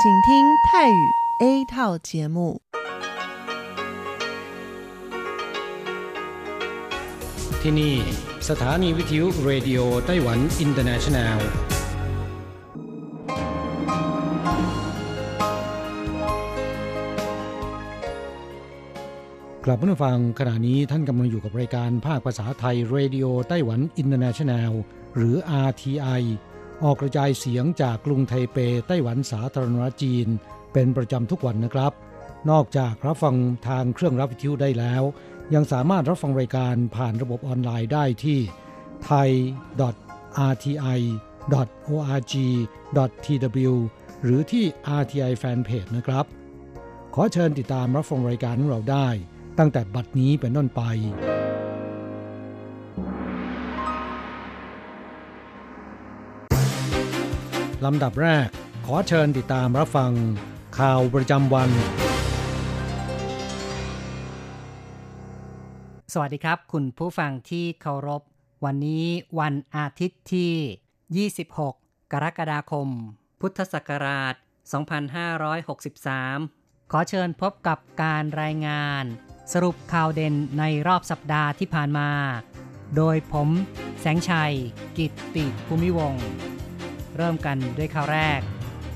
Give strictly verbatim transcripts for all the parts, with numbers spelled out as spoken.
请听泰语 A 套节目。 ที่นี่สถานีวิทยุเรดิโอไต้หวันอินเตอร์เนชั่นแนลกลับมาฟังขณะนี้ท่านกำลังอยู่กับรายการภาคภาษาไทยเรดิโอไต้หวันอินเตอร์เนชั่นแนลหรือ อาร์ ที ไอ ออกกระจายเสียงจากกรุงไทเปไต้หวันสาธารณรัฐจีนเป็นประจำทุกวันนะครับนอกจากรับฟังทางเครื่องรับวิทยุได้แล้วยังสามารถรับฟังรายการผ่านระบบออนไลน์ได้ที่ ไทย ดอท อาร์ ที ไอ ดอท โอ อาร์ จี ดอท ที ดับเบิลยู หรือที่ อาร์ ที ไอ Fanpage นะครับขอเชิญติดตามรับฟังรายการของเราได้ตั้งแต่บัดนี้เป็นต้นไปลำดับแรกขอเชิญติดตามรับฟังข่าวประจำวันสวัสดีครับคุณผู้ฟังที่เคารพวันนี้วันอาทิตย์ที่ยี่สิบหกกรกฎาคมพุทธศักราชสองพันห้าร้อยหกสิบสามขอเชิญพบกับการรายงานสรุปข่าวเด่นในรอบสัปดาห์ที่ผ่านมาโดยผมแสงชัยกิตติภูมิวงศ์เริ่มกันด้วยข่าวแรก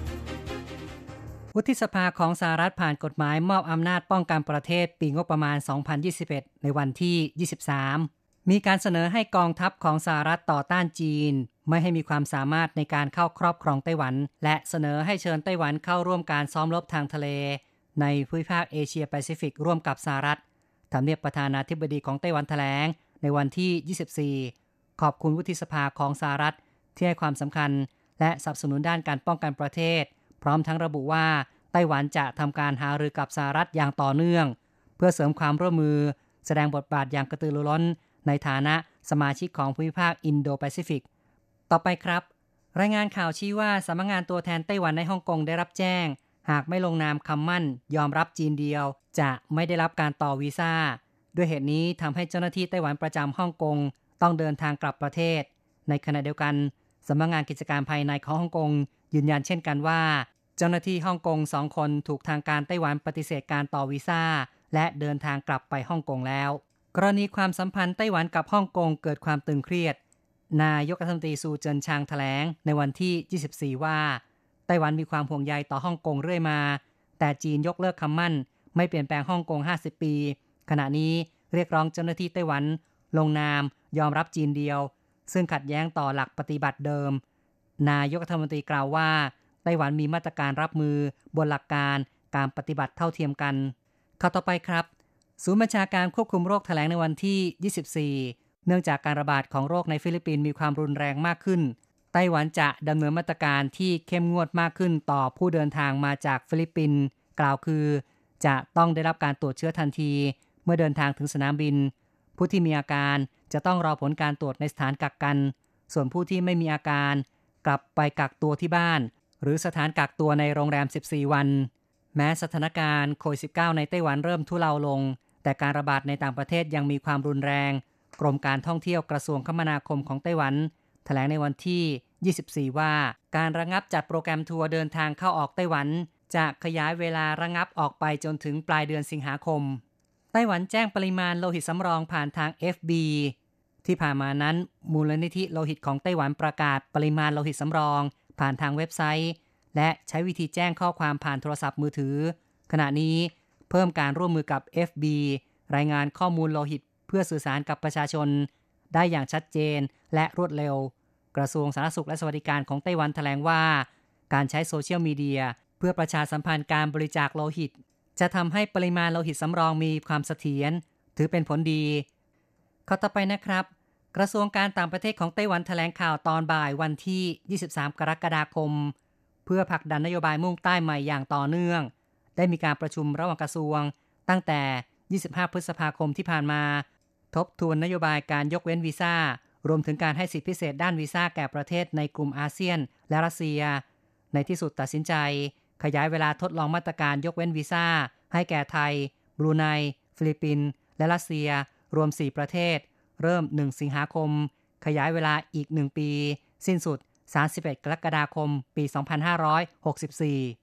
วุฒิสภาของสหรัฐผ่านกฎหมายมอบอำนาจป้องกันประเทศปีงบประมาณสองพันยี่สิบเอ็ดในวันที่ยี่สิบสามมีการเสนอให้กองทัพของสหรัฐต่อต้านจีนไม่ให้มีความสามารถในการเข้าครอบครองไต้หวันและเสนอให้เชิญไต้หวันเข้าร่วมการซ้อมรบทางทะเลในภูมิภาคเอเชียแปซิฟิกร่วมกับสหรัฐทำเนียบประธานาธิบดีของไต้หวันแถลงในวันที่ยี่สิบสี่ขอบคุณวุฒิสภาของสหรัฐที่ให้ความสำคัญและสนับสนุนด้านการป้องกันประเทศพร้อมทั้งระบุว่าไต้หวันจะทำการหารือกับสหรัฐอย่างต่อเนื่องเพื่อเสริมความร่วมมือแสดงบทบาทอย่างกระตือรือร้นในฐานะสมาชิกของภูมิภาคอินโดแปซิฟิกต่อไปครับรายงานข่าวชี้ว่าสำนักงานตัวแทนไต้หวันในฮ่องกงได้รับแจ้งหากไม่ลงนามคำมั่นยอมรับจีนเดียวจะไม่ได้รับการต่อวีซ่าด้วยเหตุนี้ทำให้เจ้าหน้าที่ไต้หวันประจำฮ่องกงต้องเดินทางกลับประเทศในขณะเดียวกันสำนักงานกิจการภายในของฮ่องกงยืนยันเช่นกันว่าเจ้าหน้าที่ฮ่องกงสองคนถูกทางการไต้หวันปฏิเสธการต่อวีซ่าและเดินทางกลับไปฮ่องกงแล้วกรณีความสัมพันธ์ไต้หวันกับฮ่องกงเกิดความตึงเครียดนายกรัฐมนตรีซูเจินชางแถลงในวันที่ยี่สิบสี่ว่าไต้หวันมีความห่วงใยต่อฮ่องกงเรื่อยมาแต่จีนยกเลิกคำมั่นไม่เปลี่ยนแปลงฮ่องกงห้าสิบปีขณะนี้เรียกร้องเจ้าหน้าที่ไต้หวันลงนามยอมรับจีนเดียวซึ่งขัดแย้งต่อหลักปฏิบัติเดิมนายกรัฐมนตรีกล่าวว่าไต้หวันมีมาตรการรับมือบนหลักการการปฏิบัติเท่าเทียมกันข่าวต่อไปครับศูนย์บัญชาการควบคุมโรคแถลงในวันที่ยี่สิบสี่เนื่องจากการระบาดของโรคในฟิลิปปินส์มีความรุนแรงมากขึ้นไต้หวันจะดำเนินมาตรการที่เข้มงวดมากขึ้นต่อผู้เดินทางมาจากฟิลิปปินส์กล่าวคือจะต้องได้รับการตรวจเชื้อทันทีเมื่อเดินทางถึงสนามบินผู้ที่มีอาการจะต้องรอผลการตรวจในสถานกักกันส่วนผู้ที่ไม่มีอาการกลับไปกักตัวที่บ้านหรือสถานกักตัวในโรงแรมสิบสี่วันแม้สถานการณ์โควิด สิบเก้า ในไต้หวันเริ่มทุเลาลงแต่การระบาดในต่างประเทศยังมีความรุนแรงกรมการท่องเที่ยวกระทรวงคมนาคมของไต้หวันแถลงในวันที่ยี่สิบสี่ว่าการระงับจัดโปรแกรมทัวร์เดินทางเข้าออกไต้หวันจะขยายเวลาระงับออกไปจนถึงปลายเดือนสิงหาคมไต้หวันแจ้งปริมาณโลหิตสำรองผ่านทาง เอฟ บี ที่ผ่านมานั้นมูลนิธิโลหิตของไต้หวันประกาศปริมาณโลหิตสำรองผ่านทางเว็บไซต์และใช้วิธีแจ้งข้อความผ่านโทรศัพท์มือถือขณะนี้เพิ่มการร่วมมือกับ เอฟ บี รายงานข้อมูลโลหิตเพื่อสื่อสารกับประชาชนได้อย่างชัดเจนและรวดเร็วกระทรวงสาธารณสุขและสวัสดิการของไต้หวันแถลงว่าการใช้โซเชียลมีเดียเพื่อประชาสัมพันธ์การบริจาคโลหิตจะทำให้ปริมาณโลหิตสำรองมีความเสถียรถือเป็นผลดีข้อต่อไปนะครับกระทรวงการต่างประเทศของไต้หวันแถลงข่าวตอนบ่ายวันที่ยี่สิบสามกรกฎาคมเพื่อผลักดันนโยบายมุ่งใต้ใหม่อย่างต่อเนื่องได้มีการประชุมระหว่างกระทรวงตั้งแต่ยี่สิบห้าพฤษภาคมที่ผ่านมาทบทวนนโยบายการยกเว้นวีซ่ารวมถึงการให้สิทธิพิเศษด้านวีซ่าแก่ประเทศในกลุ่มอาเซียนและรัสเซียในที่สุดตัดสินใจขยายเวลาทดลองมาตรการยกเว้นวีซ่าให้แก่ไทยบรูไนฟิลิปปินส์และรัสเซียรวมสี่ประเทศเริ่มหนึ่งสิงหาคมขยายเวลาอีกหนึ่งปีสิ้นสุดสามสิบเอ็ดกรกฎาคมปีสองพันห้าร้อยหกสิบสี่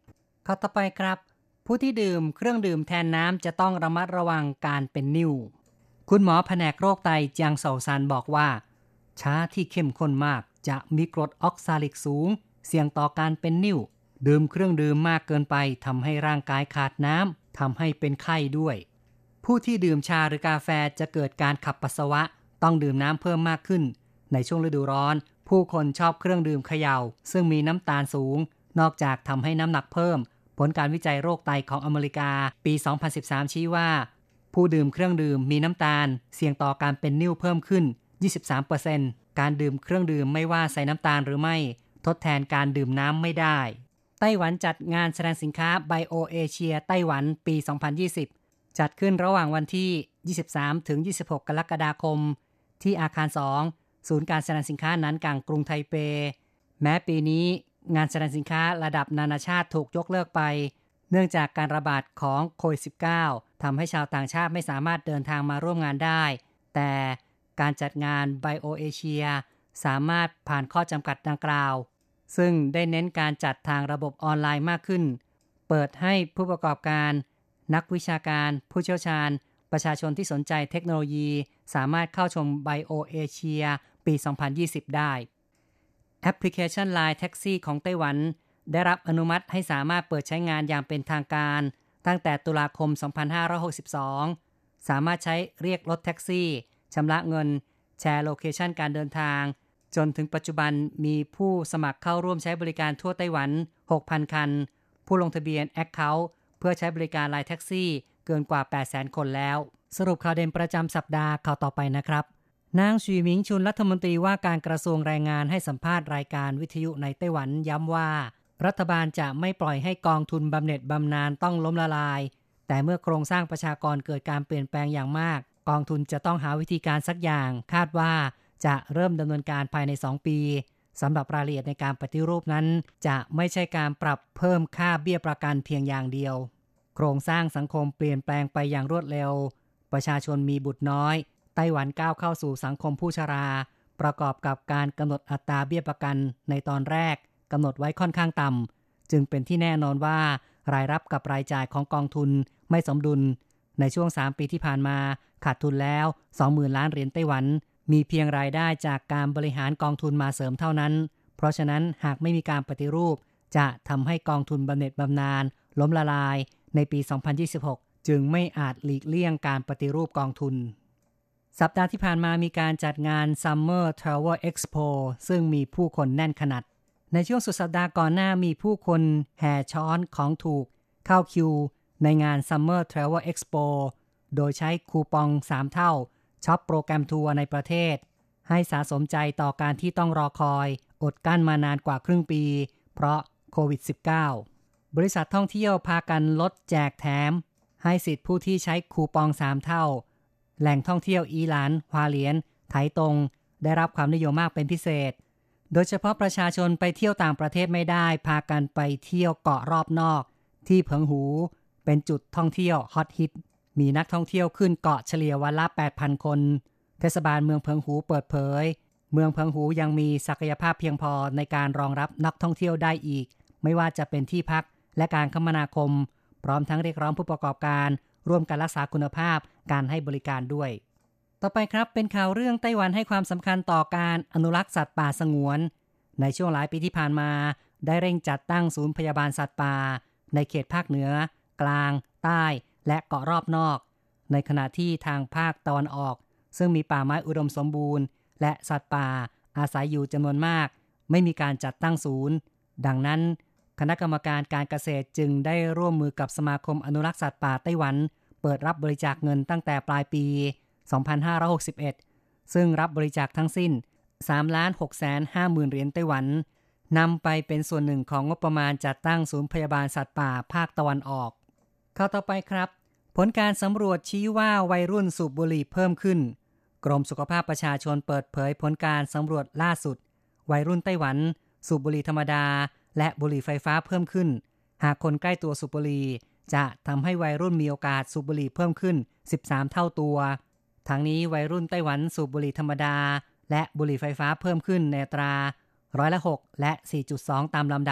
ข้อต่อไปครับผู้ที่ดื่มเครื่องดื่มแทนน้ำจะต้องระมัดระวังการเป็นนิ่วคุณหมอแผนกโรคไตจางเซาซานบอกว่าชาที่เข้มข้นมากจะมีกรดออกซาลิกสูงเสี่ยงต่อการเป็นนิ่วดื่มเครื่องดื่มมากเกินไปทำให้ร่างกายขาดน้ำทำให้เป็นไข้ด้วยผู้ที่ดื่มชาหรือกาแฟจะเกิดการขับปัสสาวะต้องดื่มน้ำเพิ่มมากขึ้นในช่วงฤดูร้อนผู้คนชอบเครื่องดื่มเขย่าซึ่งมีน้ำตาลสูงนอกจากทำให้น้ำหนักเพิ่มผลการวิจัยโรคไตของอเมริกาปี สองพันสิบสาม ชี้ว่าผู้ดื่มเครื่องดื่มมีน้ำตาลเสี่ยงต่อการเป็นนิ่วเพิ่มขึ้น ยี่สิบสามเปอร์เซ็นต์ การดื่มเครื่องดื่มไม่ว่าใส่น้ำตาลหรือไม่ทดแทนการดื่มน้ำไม่ได้ไต้หวันจัดงานแสดงสินค้า Bio Asia ไต้หวันปี สองพันยี่สิบ จัดขึ้นระหว่างวันที่ ยี่สิบสามถึงยี่สิบหก กรกฎาคมที่อาคาร สอง ศูนย์การแสดงสินค้านั้นกลางกรุงไทเปแม้ปีนี้งานแสดงสินค้าระดับนานาชาติถูกยกเลิกไปเนื่องจากการระบาดของโควิด สิบเก้า ทำให้ชาวต่างชาติไม่สามารถเดินทางมาร่วมงานได้แต่การจัดงาน Bio Asia สามารถผ่านข้อจำกัดดังกล่าวซึ่งได้เน้นการจัดทางระบบออนไลน์มากขึ้นเปิดให้ผู้ประกอบการนักวิชาการผู้เชี่ยวชาญประชาชนที่สนใจเทคโนโลยีสามารถเข้าชม Bio Asia ปี สองพันยี่สิบ ได้แอปพลิเคชัน ไลน์ Taxi ของไต้หวันได้รับอนุมัติให้สามารถเปิดใช้งานอย่างเป็นทางการตั้งแต่ตุลาคม สองพันห้าร้อยหกสิบสอง สามารถใช้เรียกรถแท็กซี่ชำระเงินแชร์โลเคชันการเดินทางจนถึงปัจจุบันมีผู้สมัครเข้าร่วมใช้บริการทั่วไต้หวัน หกพัน คันผู้ลงทะเบียน Account เพื่อใช้บริการ ไลน์ Taxi เกินกว่า แปดแสน คนแล้วสรุปข่าวเด่นประจำสัปดาห์ข่าวต่อไปนะครับนางฉีหมิงชุนรัฐมนตรีว่าการกระทรวงแรงงานให้สัมภาษณ์รายการวิทยุในไต้หวันย้ำว่ารัฐบาลจะไม่ปล่อยให้กองทุนบำเหน็จบำนาญต้องล้มละลายแต่เมื่อโครงสร้างประชากรเกิดการเปลี่ยนแปลงอย่างมากกองทุนจะต้องหาวิธีการสักอย่างคาดว่าจะเริ่มดำเนินการภายในสองปีสำหรับรายละเอียดในการปฏิรูปนั้นจะไม่ใช่การปรับเพิ่มค่าเบี้ยประกันเพียงอย่างเดียวโครงสร้างสังคมเปลี่ยนแปลงไปอย่างรวดเร็วประชาชนมีบุตรน้อยไต้หวันก้าวเข้าสู่สังคมผู้ชราประกอบกับการกำหนดอัตราเบี้ยประกันในตอนแรกกำหนดไว้ค่อนข้างต่ำจึงเป็นที่แน่นอนว่ารายรับกับรายจ่ายของกองทุนไม่สมดุลในช่วงสามปีที่ผ่านมาขาดทุนแล้ว สองหมื่น ล้านเหรียญไต้หวันมีเพียงรายได้จากการบริหารกองทุนมาเสริมเท่านั้นเพราะฉะนั้นหากไม่มีการปฏิรูปจะทำให้กองทุนบำเหน็จบำนาญล้มละลายในปี สองพันยี่สิบหก จึงไม่อาจหลีกเลี่ยงการปฏิรูปกองทุนสัปดาห์ที่ผ่านมามีการจัดงาน Summer Travel Expo ซึ่งมีผู้คนแน่นขนาดในช่วงสุดสัปดาห์ก่อนหน้ามีผู้คนแห่ช้อนของถูกเข้าคิวในงาน Summer Travel Expo โดยใช้คูปองสามเท่าช็อปโปรแกรมทัวร์ในประเทศให้สะสมใจต่อการที่ต้องรอคอยอดกั้นมานานกว่าครึ่งปีเพราะโควิด สิบเก้า บริษัทท่องเที่ยวพากันลดแจกแถมให้สิทธิผู้ที่ใช้คูปองสามเท่าแหล่งท่องเที่ยวอีหลานฮวาเหลียนไถตงได้รับความนิยมมากเป็นพิเศษโดยเฉพาะประชาชนไปเที่ยวต่างประเทศไม่ได้พากันไปเที่ยวเกาะรอบนอกที่เพิงหูเป็นจุดท่องเที่ยวฮอตฮิตมีนักท่องเที่ยวขึ้นเกาะเฉลี่ยวันละ แปดพัน คนเทศบาลเมืองเพิงหูเปิดเผยเมืองเพิงหูยังมีศักยภาพเพียงพอในการรองรับนักท่องเที่ยวได้อีกไม่ว่าจะเป็นที่พักและการคมนาคมพร้อมทั้งเรียกร้องผู้ประกอบการร่วมกันรักษาคุณภาพการให้บริการด้วยต่อไปครับเป็นข่าวเรื่องไต้หวันให้ความสำคัญต่อการอนุรักษ์สัตว์ป่าสงวนในช่วงหลายปีที่ผ่านมาได้เร่งจัดตั้งศูนย์พยาบาลสัตว์ป่าในเขตภาคเหนือกลางใต้และเกาะรอบนอกในขณะที่ทางภาคตะวันออกซึ่งมีป่าไม้อุดมสมบูรณ์และสัตว์ป่าอาศัยอยู่จำนวนมากไม่มีการจัดตั้งศูนย์ดังนั้นคณะกรรมการการเกษตรจึงได้ร่วมมือกับสมาคมอนุรักษ์สัตว์ป่าไต้หวันเปิดรับบริจาคเงินตั้งแต่ปลายปี สองพันห้าร้อยหกสิบเอ็ด ซึ่งรับบริจาคทั้งสิ้น สามล้านหกแสนห้าหมื่น เหรียญไต้หวันนำไปเป็นส่วนหนึ่งของงบประมาณจัดตั้งศูนย์พยาบาลสัตว์ป่าภาคตะวันออกเข้าต่อไปครับผลการสำรวจชี้ว่าวัยรุ่นสูบบุหรี่เพิ่มขึ้นกรมสุขภาพประชาชนเปิดเผยผลการสำรวจล่าสุดวัยรุ่นไต้หวันสูบบุหรี่ธรรมดาและบุหรี่ไฟฟ้าเพิ่มขึ้นหากคนใกล้ตัวสูบบุหรี่จะทำให้วัยรุ่นมีโอกาสสูบบุหรี่เพิ่มขึ้นสิบสามเท่าตัวทั้งนี้วัยรุ่นไต้หวันสูบบุหรี่ธรรมดาและบุหรี่ไฟฟ้าเพิ่มขึ้นในอัตราร้อยละหกและ สี่จุดสอง ตามลำดับ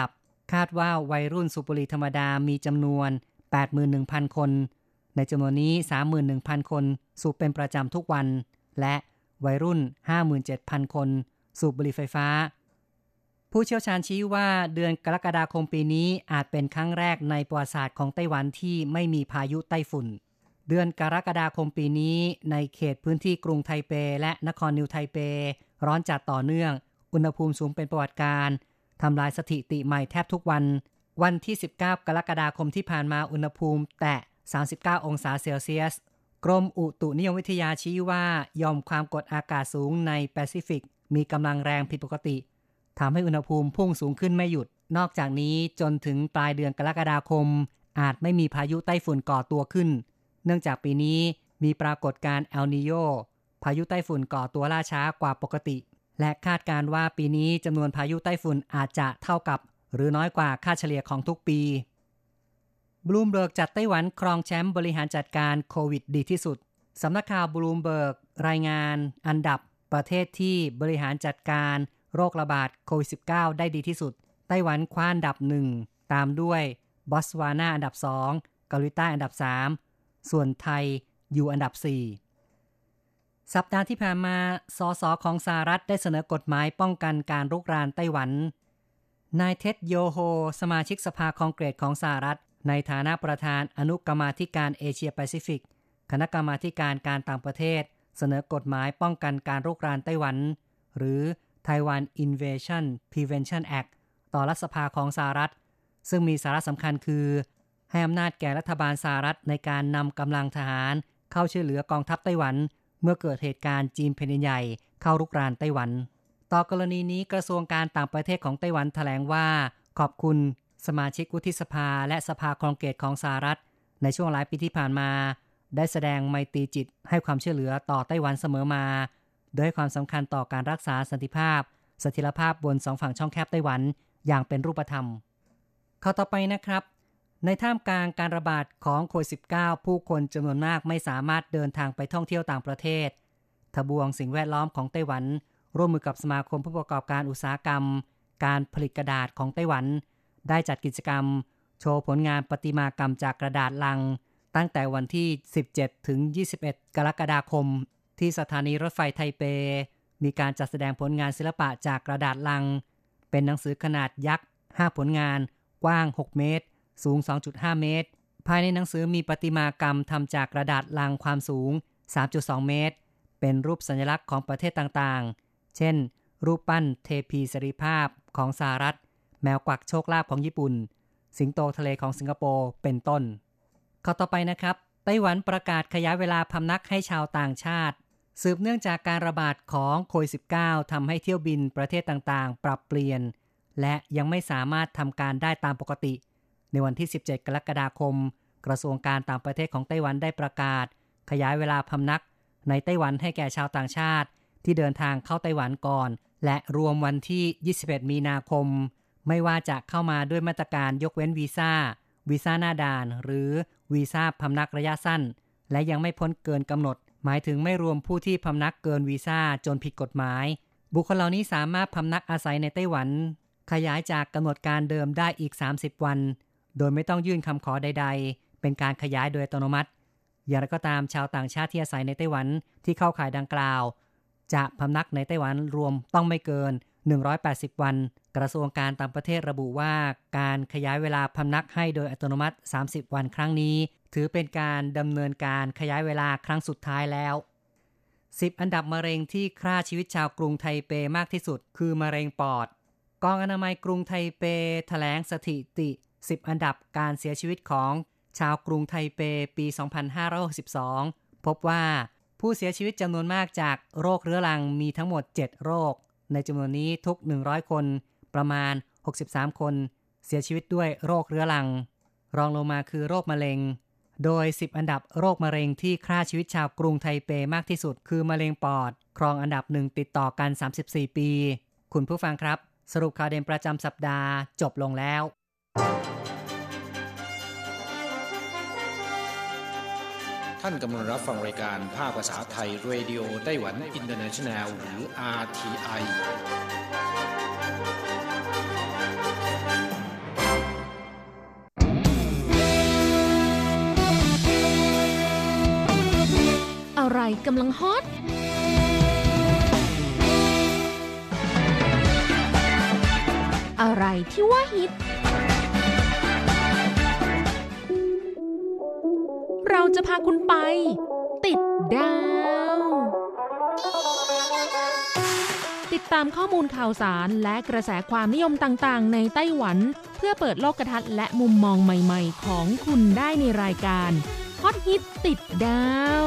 คาดว่าวัยรุ่นสูบบุหรี่ธรรมดามีจำนวน แปดหมื่นหนึ่งพัน คนในจำนวนนี้ สามหมื่นหนึ่งพัน คนสูบเป็นประจำทุกวันและวัยรุ่น ห้าหมื่นเจ็ดพัน คนสูบบุหรี่ไฟฟ้าผู้เชี่ยวชาญชี้ว่าเดือนกรกฎาคมปีนี้อาจเป็นครั้งแรกในประวัติศาสตร์ของไต้หวันที่ไม่มีพายุไต้ฝุ่นเดือนกรกฎาคมปีนี้ในเขตพื้นที่กรุงไทเปและนครนิวไทเปร้อนจัดต่อเนื่องอุณหภูมิสูงเป็นประวัติการณ์ทำลายสถิติใหม่แทบทุกวันวันที่สิบเก้ากรกฎาคมที่ผ่านมาอุณหภูมิแตะสามสิบเก้าองศาเซลเซียสกรมอุตุนิยมวิทยาชี้ว่าหย่อมความกดอากาศสูงในแปซิฟิกมีกำลังแรงผิดปกติทำให้อุณหภูมิพุ่งสูงขึ้นไม่หยุดนอกจากนี้จนถึงปลายเดือนกรกฎาคมอาจไม่มีพายุไต้ฝุ่นก่อตัวขึ้นเนื่องจากปีนี้มีปรากฏการณ์เอลนีโญพายุไต้ฝุ่นก่อตัวล่าช้ากว่าปกติและคาดการณ์ว่าปีนี้จำนวนพายุไต้ฝุ่นอาจจะเท่ากับหรือน้อยกว่าค่าเฉลี่ยของทุกปีบลูมเบิร์กจัดไต้หวันครองแชมป์บริหารจัดการโควิดดีที่สุดสำนักข่าวบลูมเบิร์กรายงานอันดับประเทศที่บริหารจัดการโรคระบาดโควิด สิบเก้า ได้ดีที่สุดไต้หวันคว้าอันดับหนึ่งตามด้วยบอตสวานาอันดับสองเกาหลีใต้อันดับสามส่วนไทยอยู่อันดับสี่สัปดาห์ที่ผ่านมาสสของสหรัฐได้เสนอกฎหมายป้องกันการรุกรานไต้หวันนายเท็ดโยโฮสมาชิกสภาคองเกรสของสหรัฐในฐานะประธานอนุกรรมาธิการเอเชียแปซิฟิกคณะกรรมาธิการการต่างประเทศเสนอกฎหมายป้องกันการรุกรานไต้หวันหรือ Taiwan Invasion Prevention Act ต่อรัฐสภาของสหรัฐซึ่งมีสาระสำคัญคือให้อำนาจแก่รัฐบาลสหรัฐในการนำกำลังทหารเข้าช่วยเหลือกองทัพไต้หวันเมื่อเกิดเหตุการณ์จีนแผ่นดินใหญ่เข้ารุกรานไต้หวันต่อกรณีนี้กระทรวงการต่างประเทศของไต้หวันแถลงว่าขอบคุณสมาชิกวุฒิสภาและสภาคองเกรสของสหรัฐในช่วงหลายปีที่ผ่านมาได้แสดงไมตรีจิตให้ความช่วยเหลือต่อไต้หวันเสมอมาโดยให้ความสำคัญต่อการรักษาสันติภาพเสถียรภาพบนสองฝั่งช่องแคบไต้หวันอย่างเป็นรูปธรรมข้อต่อไปนะครับในท่ามกลางการระบาดของโควิด สิบเก้า ผู้คนจำนวนมากไม่สามารถเดินทางไปท่องเที่ยวต่างประเทศทบวงสิ่งแวดล้อมของไต้หวันร่วมมือกับสมาคมผู้ประกอบการอุตสาหกรรมการผลิตกระดาษของไต้หวันได้จัดกิจกรรมโชว์ผลงานประติมากรรมจากกระดาษลังตั้งแต่วันที่สิบเจ็ดถึงยี่สิบเอ็ดกรกฎาคมที่สถานีรถไฟไทเปมีการจัดแสดงผลงานศิลปะจากกระดาษลังเป็นหนังสือขนาดยักษ์ห้าผลงานกว้างหกเมตรสูง สองจุดห้า เมตรภายในหนังสือมีประติมากรรมทำจากกระดาษลังความสูง สามจุดสอง เมตรเป็นรูปสัญลักษณ์ของประเทศต่างๆเช่นรูปปั้นเทพีเสรีภาพของสหรัฐแมวกวักโชคลาภของญี่ปุ่นสิงโตทะเลของสิงคโปร์เป็นต้นข้อต่อไปนะครับไต้หวันประกาศขยายเวลาพำนักให้ชาวต่างชาติสืบเนื่องจากการระบาดของโควิด สิบเก้า ทำให้เที่ยวบินประเทศต่างๆปรับเปลี่ยนและยังไม่สามารถทำการได้ตามปกติในวันที่สิบเจ็ดกรกฎาคมกระทรวงการต่างประเทศของไต้หวันได้ประกาศขยายเวลาพำนักในไต้หวันให้แก่ชาวต่างชาติที่เดินทางเข้าไต้หวันก่อนและรวมวันที่ยี่สิบเอ็ดมีนาคมไม่ว่าจะเข้ามาด้วยมาตรการยกเว้นวีซ่าวีซ่าหน้าด่านหรือวีซ่าพำนักระยะสั้นและยังไม่พ้นเกินกำหนดหมายถึงไม่รวมผู้ที่พำนักเกินวีซ่าจนผิดกฎหมายบุคคลเหล่านี้สามารถพำนักอาศัยในไต้หวันขยายจากกำหนดการเดิมได้อีกสามสิบวันโดยไม่ต้องยื่นคำขอใดๆเป็นการขยายโดยอัตโนมัติอย่างไรก็ตามชาวต่างชาติที่อาศัยในไต้หวันที่เข้าข่ายดังกล่าวจะพำนักในไต้หวันรวมต้องไม่เกินหนึ่งร้อยแปดสิบวันกระทรวงการต่างประเทศระบุว่าการขยายเวลาพำนักให้โดยอัตโนมัติสามสิบวันครั้งนี้ถือเป็นการดำเนินการขยายเวลาครั้งสุดท้ายแล้วสิบอันดับมะเร็งที่ฆ่าชีวิตชาวกรุงไทเปมากที่สุดคือมะเร็งปอดกองอนามัยกรุงไทเปแถลงสถิติสิบอันดับการเสียชีวิตของชาวกรุงไทเปปีสองพันห้าร้อยหกสิบสองพบว่าผู้เสียชีวิตจำนวนมากจากโรคเรื้อรังมีทั้งหมดเจ็ดโรคในจำนวนนี้ทุกหนึ่งร้อยคนประมาณหกสิบสามคนเสียชีวิตด้วยโรคเรื้อรังรองลงมาคือโรคมะเร็งโดยสิบอันดับโรคมะเร็งที่ฆ่าชีวิตชาวกรุงไทเปมากที่สุดคือมะเร็งปอดครองอันดับหนึ่งติดต่อกันสามสิบสี่ปีคุณผู้ฟังครับสรุปข่าวเด่นประจำสัปดาห์จบลงแล้วท่านกำลังรับฟังรายการภาคภาษาไทยเรดิโอไต้หวันอินเตอร์เนชั่นแนลหรือ อาร์ ที ไอกำลังฮอตอะไรที่ว่าฮิตเราจะพาคุณไปติดดาวติดตามข้อมูลข่าวสารและกระแสความนิยมต่างๆในไต้หวันเพื่อเปิดโลกทัศน์และมุมมองใหม่ๆของคุณได้ในรายการฮอตฮิตติดดาว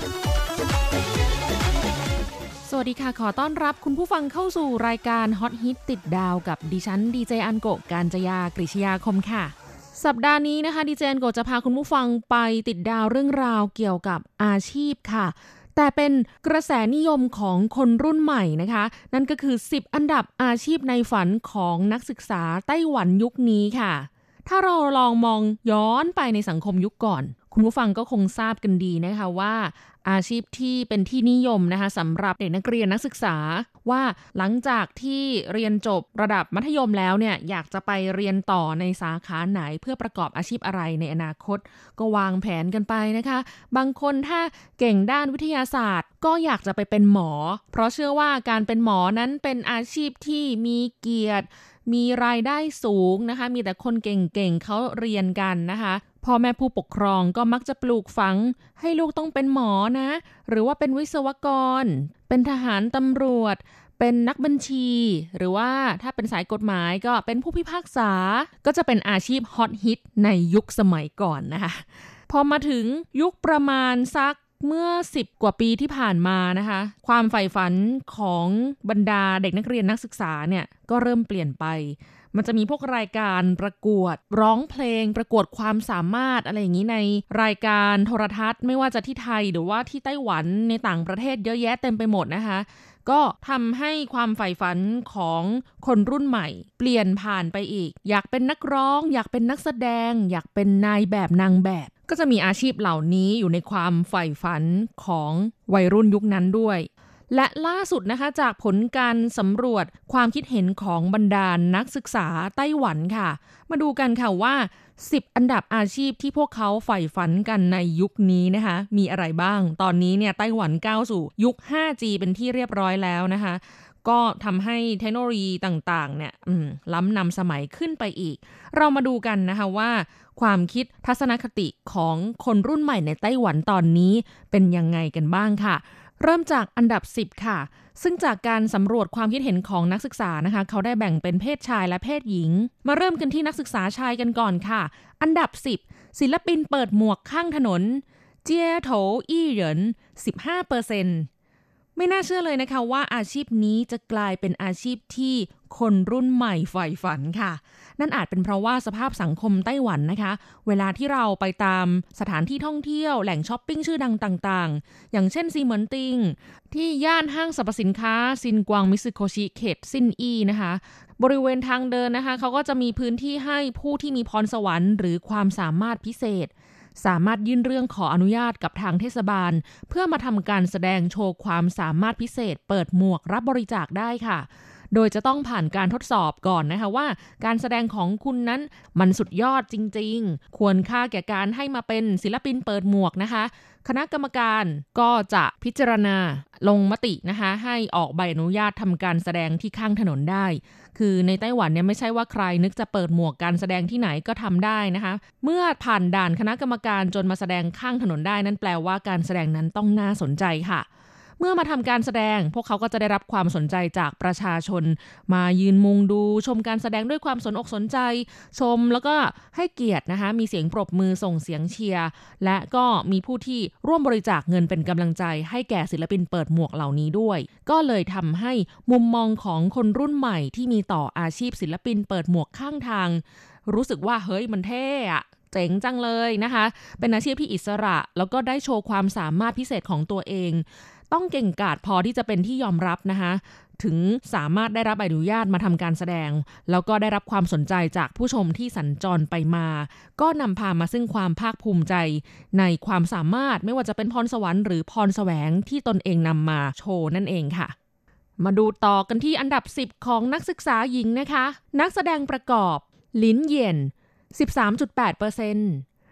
สวัสดีค่ะขอต้อนรับคุณผู้ฟังเข้าสู่รายการฮอตฮิตติดดาวกับดิฉันดีเจอันโกะกาญจยากฤษยาคมค่ะสัปดาห์นี้นะคะดีเจอันโกะจะพาคุณผู้ฟังไปติดดาวเรื่องราวเกี่ยวกับอาชีพค่ะแต่เป็นกระแสนิยมของคนรุ่นใหม่นะคะนั่นก็คือสิบอันดับอาชีพในฝันของนักศึกษาไต้หวันยุคนี้ค่ะถ้าเราลองมองย้อนไปในสังคมยุคก่อนคุณผู้ฟังก็คงทราบกันดีนะคะว่าอาชีพที่เป็นที่นิยมนะคะสำหรับเด็กนักเรียนนักศึกษาว่าหลังจากที่เรียนจบระดับมัธยมแล้วเนี่ยอยากจะไปเรียนต่อในสาขาไหนเพื่อประกอบอาชีพอะไรในอนาคตก็วางแผนกันไปนะคะบางคนถ้าเก่งด้านวิทยาศาสตร์ก็อยากจะไปเป็นหมอเพราะเชื่อว่าการเป็นหมอนั้นเป็นอาชีพที่มีเกียรติมีรายได้สูงนะคะมีแต่คนเก่งๆเขาเรียนกันนะคะพ่อแม่ผู้ปกครองก็มักจะปลูกฝังให้ลูกต้องเป็นหมอนะหรือว่าเป็นวิศวกรเป็นทหารตำรวจเป็นนักบัญชีหรือว่าถ้าเป็นสายกฎหมายก็เป็นผู้พิพากษาก็จะเป็นอาชีพฮอตฮิตในยุคสมัยก่อนนะคะพอมาถึงยุคประมาณสักเมื่อสิบกว่าปีที่ผ่านมานะคะความใฝ่ฝันของบรรดาเด็กนักเรียนนักศึกษาเนี่ยก็เริ่มเปลี่ยนไปมันจะมีพวกรายการประกวดร้องเพลงประกวดความสามารถอะไรอย่างนี้ในรายการโทรทัศน์ไม่ว่าจะที่ไทยหรือว่าที่ไต้หวันในต่างประเทศเยอะแยะเต็มไปหมดนะคะก็ทำให้ความใฝ่ฝันของคนรุ่นใหม่เปลี่ยนผ่านไปอีกอยากเป็นนักร้องอยากเป็นนักแสดงอยากเป็นนายแบบนางแบบก็จะมีอาชีพเหล่านี้อยู่ในความใฝ่ฝันของวัยรุ่นยุคนั้นด้วยและล่าสุดนะคะจากผลการสำรวจความคิดเห็นของบรรดานักศึกษาไต้หวันค่ะมาดูกันค่ะว่าสิบอันดับอาชีพที่พวกเขาใฝ่ฝันกันในยุคนี้นะคะมีอะไรบ้างตอนนี้เนี่ยไต้หวันก้าวสู่ยุค ไฟว์จี เป็นที่เรียบร้อยแล้วนะคะก็ทำให้เทคโนโลยีต่างๆเนี่ยล้ำนำสมัยขึ้นไปอีกเรามาดูกันนะคะว่าความคิดทัศนคติของคนรุ่นใหม่ในไต้หวันตอนนี้เป็นยังไงกันบ้างค่ะเริ่มจากอันดับสิบค่ะซึ่งจากการสำรวจความคิดเห็นของนักศึกษานะคะเขาได้แบ่งเป็นเพศชายและเพศหญิงมาเริ่มกันที่นักศึกษาชายกันก่อนค่ะอันดับสิบศิลปินเปิดหมวกข้างถนนเจี้ยโถอี้เหริน สิบห้าเปอร์เซ็นต์ ไม่น่าเชื่อเลยนะคะว่าอาชีพนี้จะกลายเป็นอาชีพที่คนรุ่นใหม่ใฝ่ฝันค่ะนั่นอาจเป็นเพราะว่าสภาพสังคมไต้หวันนะคะเวลาที่เราไปตามสถานที่ท่องเที่ยวแหล่งช้อปปิ้งชื่อดังต่างๆอย่างเช่นซีเหมินติงที่ย่านห้างสรรพสินค้าซินกวางมิซึโคชิเขตซินอี้นะคะบริเวณทางเดินนะคะเขาก็จะมีพื้นที่ให้ผู้ที่มีพรสวรรค์หรือความสามารถพิเศษสามารถยื่นเรื่องขออนุญาตกับทางเทศบาลเพื่อมาทำการแสดงโชว์ความสามารถพิเศษเปิดหมวกรับบริจาคได้ค่ะโดยจะต้องผ่านการทดสอบก่อนนะคะว่าการแสดงของคุณนั้นมันสุดยอดจริงๆควรค่าแก่การให้มาเป็นศิลปินเปิดหมวกนะคะคณะกรรมการก็จะพิจารณาลงมตินะคะให้ออกใบอนุญาตทำการแสดงที่ข้างถนนได้คือในไต้หวันเนี่ยไม่ใช่ว่าใครนึกจะเปิดหมวกการแสดงที่ไหนก็ทำได้นะคะเมื่อผ่านด่านคณะกรรมการจนมาแสดงข้างถนนได้นั่นแปลว่าการแสดงนั้นต้องน่าสนใจค่ะเมื่อมาทำการแสดงพวกเขาก็จะได้รับความสนใจจากประชาชนมายืนมุงดูชมการแสดงด้วยความสนอกสนใจชมแล้วก็ให้เกียรตินะคะมีเสียงปรบมือส่งเสียงเชียร์และก็มีผู้ที่ร่วมบริจาคเงินเป็นกำลังใจให้แก่ศิลปินเปิดหมวกเหล่านี้ด้วยก็เลยทำให้มุมมองของคนรุ่นใหม่ที่มีต่ออาชีพศิลปินเปิดหมวกข้างทางรู้สึกว่าเฮ้ยมันเท่อะเจ๋งจังเลยนะคะเป็นอาชีพที่อิสระแล้วก็ได้โชว์ความสามารถพิเศษของตัวเองต้องเก่งกาจพอที่จะเป็นที่ยอมรับนะคะถึงสามารถได้รับใบอนุญาตมาทำการแสดงแล้วก็ได้รับความสนใจจากผู้ชมที่สัญจรไปมาก็นำพามาซึ่งความภาคภูมิใจในความสามารถไม่ว่าจะเป็นพรสวรรค์หรือพรแสวงที่ตนเองนำมาโชว์นั่นเองค่ะมาดูต่อกันที่อันดับสิบของนักศึกษาหญิงนะคะนักแสดงประกอบลินเหยียน สิบสามจุดแปดเปอร์เซ็นต์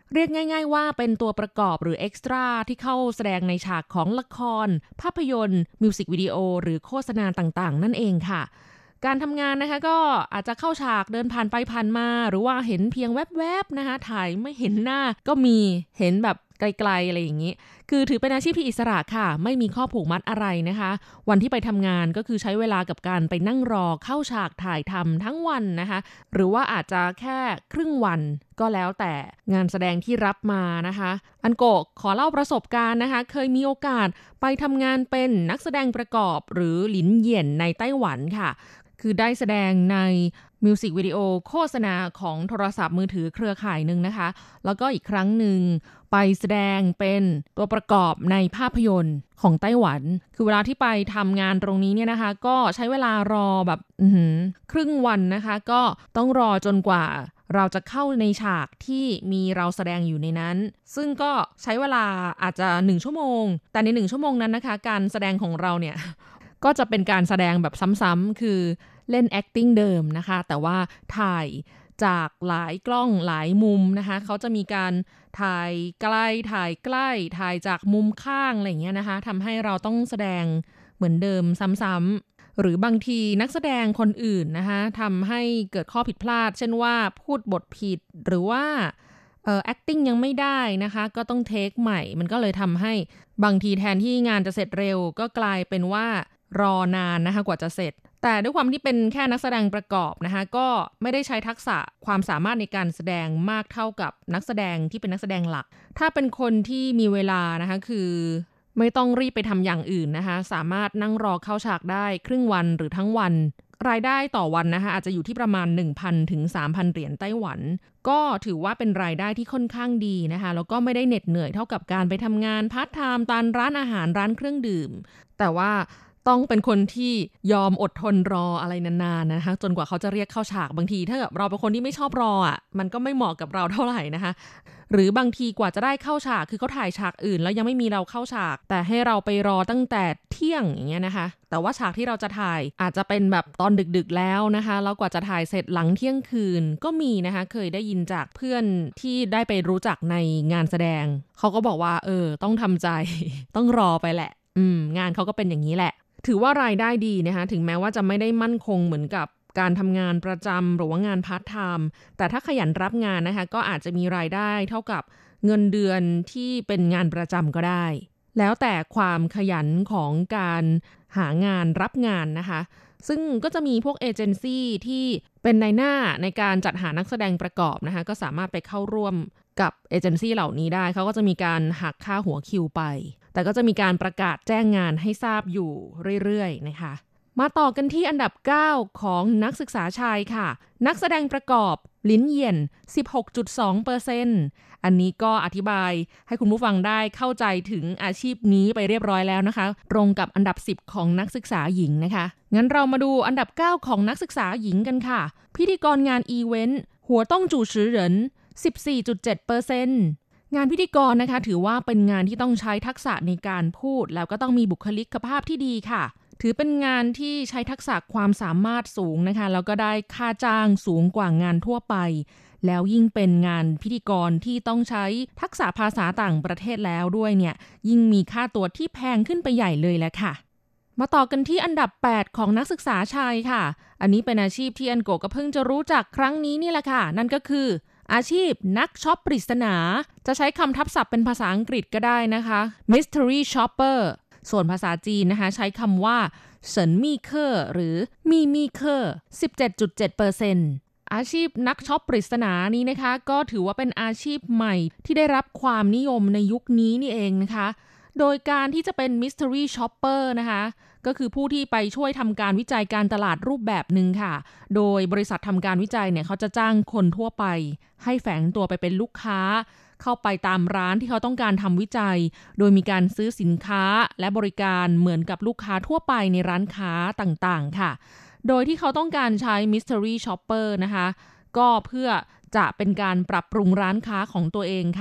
เรียกง่ายๆว่าเป็นตัวประกอบหรือเอ็กซ์ตร้าที่เข้าแสดงในฉากของละครภาพยนตร์มิวสิกวิดีโอหรือโฆษณาต่างๆนั่นเองค่ะการทำงานนะคะก็อาจจะเข้าฉากเดินผ่านไปผ่านมาหรือว่าเห็นเพียงแวบๆนะคะถ่ายไม่เห็นหน้าก็มีเห็นแบบไกลๆอะไรอย่างนี้คือถือเป็นอาชีพที่อิสระค่ะไม่มีข้อผูกมัดอะไรนะคะวันที่ไปทำงานก็คือใช้เวลากับการไปนั่งรอเข้าฉากถ่ายทำทั้งวันนะคะหรือว่าอาจจะแค่ครึ่งวันก็แล้วแต่งานแสดงที่รับมานะคะอันโกะขอเล่าประสบการณ์นะคะเคยมีโอกาสไปทำงานเป็นนักแสดงประกอบหรือหลินเหยียนในไต้หวันค่ะคือได้แสดงในมิวสิกวิดีโอโฆษณาของโทรศัพท์มือถือเครือข่ายหนึ่งนะคะแล้วก็อีกครั้งหนึ่งไปแสดงเป็นตัวประกอบในภาพยนตร์ของไต้หวันคือเวลาที่ไปทำงานตรงนี้เนี่ยนะคะก็ใช้เวลารอแบบอื้อหือครึ่งวันนะคะก็ต้องรอจนกว่าเราจะเข้าในฉากที่มีเราแสดงอยู่ในนั้นซึ่งก็ใช้เวลาอาจจะหนึ่งชั่วโมงแต่ในหนึ่งชั่วโมงนั้นนะคะการแสดงของเราเนี่ยก็จะเป็นการแสดงแบบซ้ำๆคือเล่น acting เดิมนะคะแต่ว่าถ่ายจากหลายกล้องหลายมุมนะคะเขาจะมีการถ่ายไกลถ่ายใกล้ถ่ายจากมุมข้างอะไรอย่างเงี้ยนะคะทำให้เราต้องแสดงเหมือนเดิมซ้ำๆหรือบางทีนักแสดงคนอื่นนะคะทำให้เกิดข้อผิดพลาดเช่นว่าพูดบทผิดหรือว่าเอ่อ acting ยังไม่ได้นะคะก็ต้องเทคใหม่มันก็เลยทำให้บางทีแทนที่งานจะเสร็จเร็วก็กลายเป็นว่ารอนานนะคะกว่าจะเสร็จแต่ด้วยความที่เป็นแค่นักแสดงประกอบนะคะก็ไม่ได้ใช้ทักษะความสามารถในการแสดงมากเท่ากับนักแสดงที่เป็นนักแสดงหลักถ้าเป็นคนที่มีเวลานะคะคือไม่ต้องรีบไปทำอย่างอื่นนะคะสามารถนั่งรอเข้าฉากได้ครึ่งวันหรือทั้งวันรายได้ต่อวันนะคะอาจจะอยู่ที่ประมาณ หนึ่งพัน ถึง สามพัน เหรียญไต้หวันก็ถือว่าเป็นรายได้ที่ค่อนข้างดีนะคะแล้วก็ไม่ได้เหน็ดเหนื่อยเท่ากับการไปทำงานพาร์ทไทม์ตามร้านอาหารร้านเครื่องดื่มแต่ว่าต้องเป็นคนที่ยอมอดทนรออะไรนานๆนะคะจนกว่าเขาจะเรียกเข้าฉากบางทีถ้าเราเป็นคนที่ไม่ชอบรออ่ะมันก็ไม่เหมาะกับเราเท่าไหร่นะคะหรือบางทีกว่าจะได้เข้าฉากคือเขาถ่ายฉากอื่นแล้วยังไม่มีเราเข้าฉากแต่ให้เราไปรอตั้งแต่เที่ยงอย่างเงี้ยนะคะแต่ว่าฉากที่เราจะถ่ายอาจจะเป็นแบบตอนดึกๆแล้วนะคะแล้วกว่าจะถ่ายเสร็จหลังเที่ยงคืนก็มีนะคะเคยได้ยินจากเพื่อนที่ได้ไปรู้จักในงานแสดงเขาก็บอกว่าเออต้องทำใจ ต้องรอไปแหละอืมงานเขาก็เป็นอย่างนี้แหละถือว่ารายได้ดีนะคะถึงแม้ว่าจะไม่ได้มั่นคงเหมือนกับการทำงานประจำหรือว่างานพาร์ทไทม์แต่ถ้าขยันรับงานนะคะก็อาจจะมีรายได้เท่ากับเงินเดือนที่เป็นงานประจำก็ได้แล้วแต่ความขยันของการหางานรับงานนะคะซึ่งก็จะมีพวกเอเจนซี่ที่เป็นนายหน้าในการจัดหานักแสดงประกอบนะคะก็สามารถไปเข้าร่วมกับเอเจนซี่เหล่านี้ได้เขาก็จะมีการหักค่าหัวคิวไปแต่ก็จะมีการประกาศแจ้งงานให้ทราบอยู่เรื่อยๆนะคะมาต่อกันที่อันดับเก้าของนักศึกษาชายค่ะนักแสดงประกอบหลินเหยียน สิบหกจุดสองเปอร์เซ็นต์ อันนี้ก็อธิบายให้คุณผู้ฟังได้เข้าใจถึงอาชีพนี้ไปเรียบร้อยแล้วนะคะตรงกับอันดับสิบของนักศึกษาหญิงนะคะงั้นเรามาดูอันดับเก้าของนักศึกษาหญิงกันค่ะพิธีกรงานอีเวนต์หัวต้องจู่สือเหริน สิบสี่จุดเจ็ดเปอร์เซ็นต์งานพิธีกรนะคะถือว่าเป็นงานที่ต้องใช้ทักษะในการพูดแล้วก็ต้องมีบุคลิกภาพที่ดีค่ะถือเป็นงานที่ใช้ทักษะความสามารถสูงนะคะแล้วก็ได้ค่าจ้างสูงกว่างานทั่วไปแล้วยิ่งเป็นงานพิธีกรที่ต้องใช้ทักษะภาษาต่างประเทศแล้วด้วยเนี่ยยิ่งมีค่าตัวที่แพงขึ้นไปใหญ่เลยแหละค่ะมาต่อกันที่อันดับแปดของนักศึกษาชายค่ะอันนี้เป็นอาชีพที่อันโกะก็เพิ่งจะรู้จักครั้งนี้นี่แหละค่ะนั่นก็คืออาชีพนักช็อปปริศนาจะใช้คำทับศัพท์เป็นภาษาอังกฤษก็ได้นะคะ mystery shopper ส่วนภาษาจีนนะคะใช้คำว่าเฉินมี่เคอร์หรือมีมี่เคอร์ สิบเจ็ดจุดเจ็ดเปอร์เซ็นต์ อาชีพนักช็อปปริศนานี้นะคะก็ถือว่าเป็นอาชีพใหม่ที่ได้รับความนิยมในยุคนี้นี่เองนะคะโดยการที่จะเป็น mystery shopper นะคะก็คือผู้ที่ไปช่วยทำการวิจัยการตลาดรูปแบบหนึ่งค่ะโดยบริษัททำการวิจัยเนี่ยเขาจะจ้างคนทั่วไปให้แฝงตัวไปเป็นลูกค้าเข้าไปตามร้านที่เขาต้องการทำวิจัยโดยมีการซื้อสินค้าและบริการเหมือนกับลูกค้าทั่วไปในร้านค้าต่างๆค่ะโดยที่เขาต้องการใช้ mystery shopper นะคะก็เพื่อจะเป็นการปรับปรุงร้านค้าของตัวเองค่ะ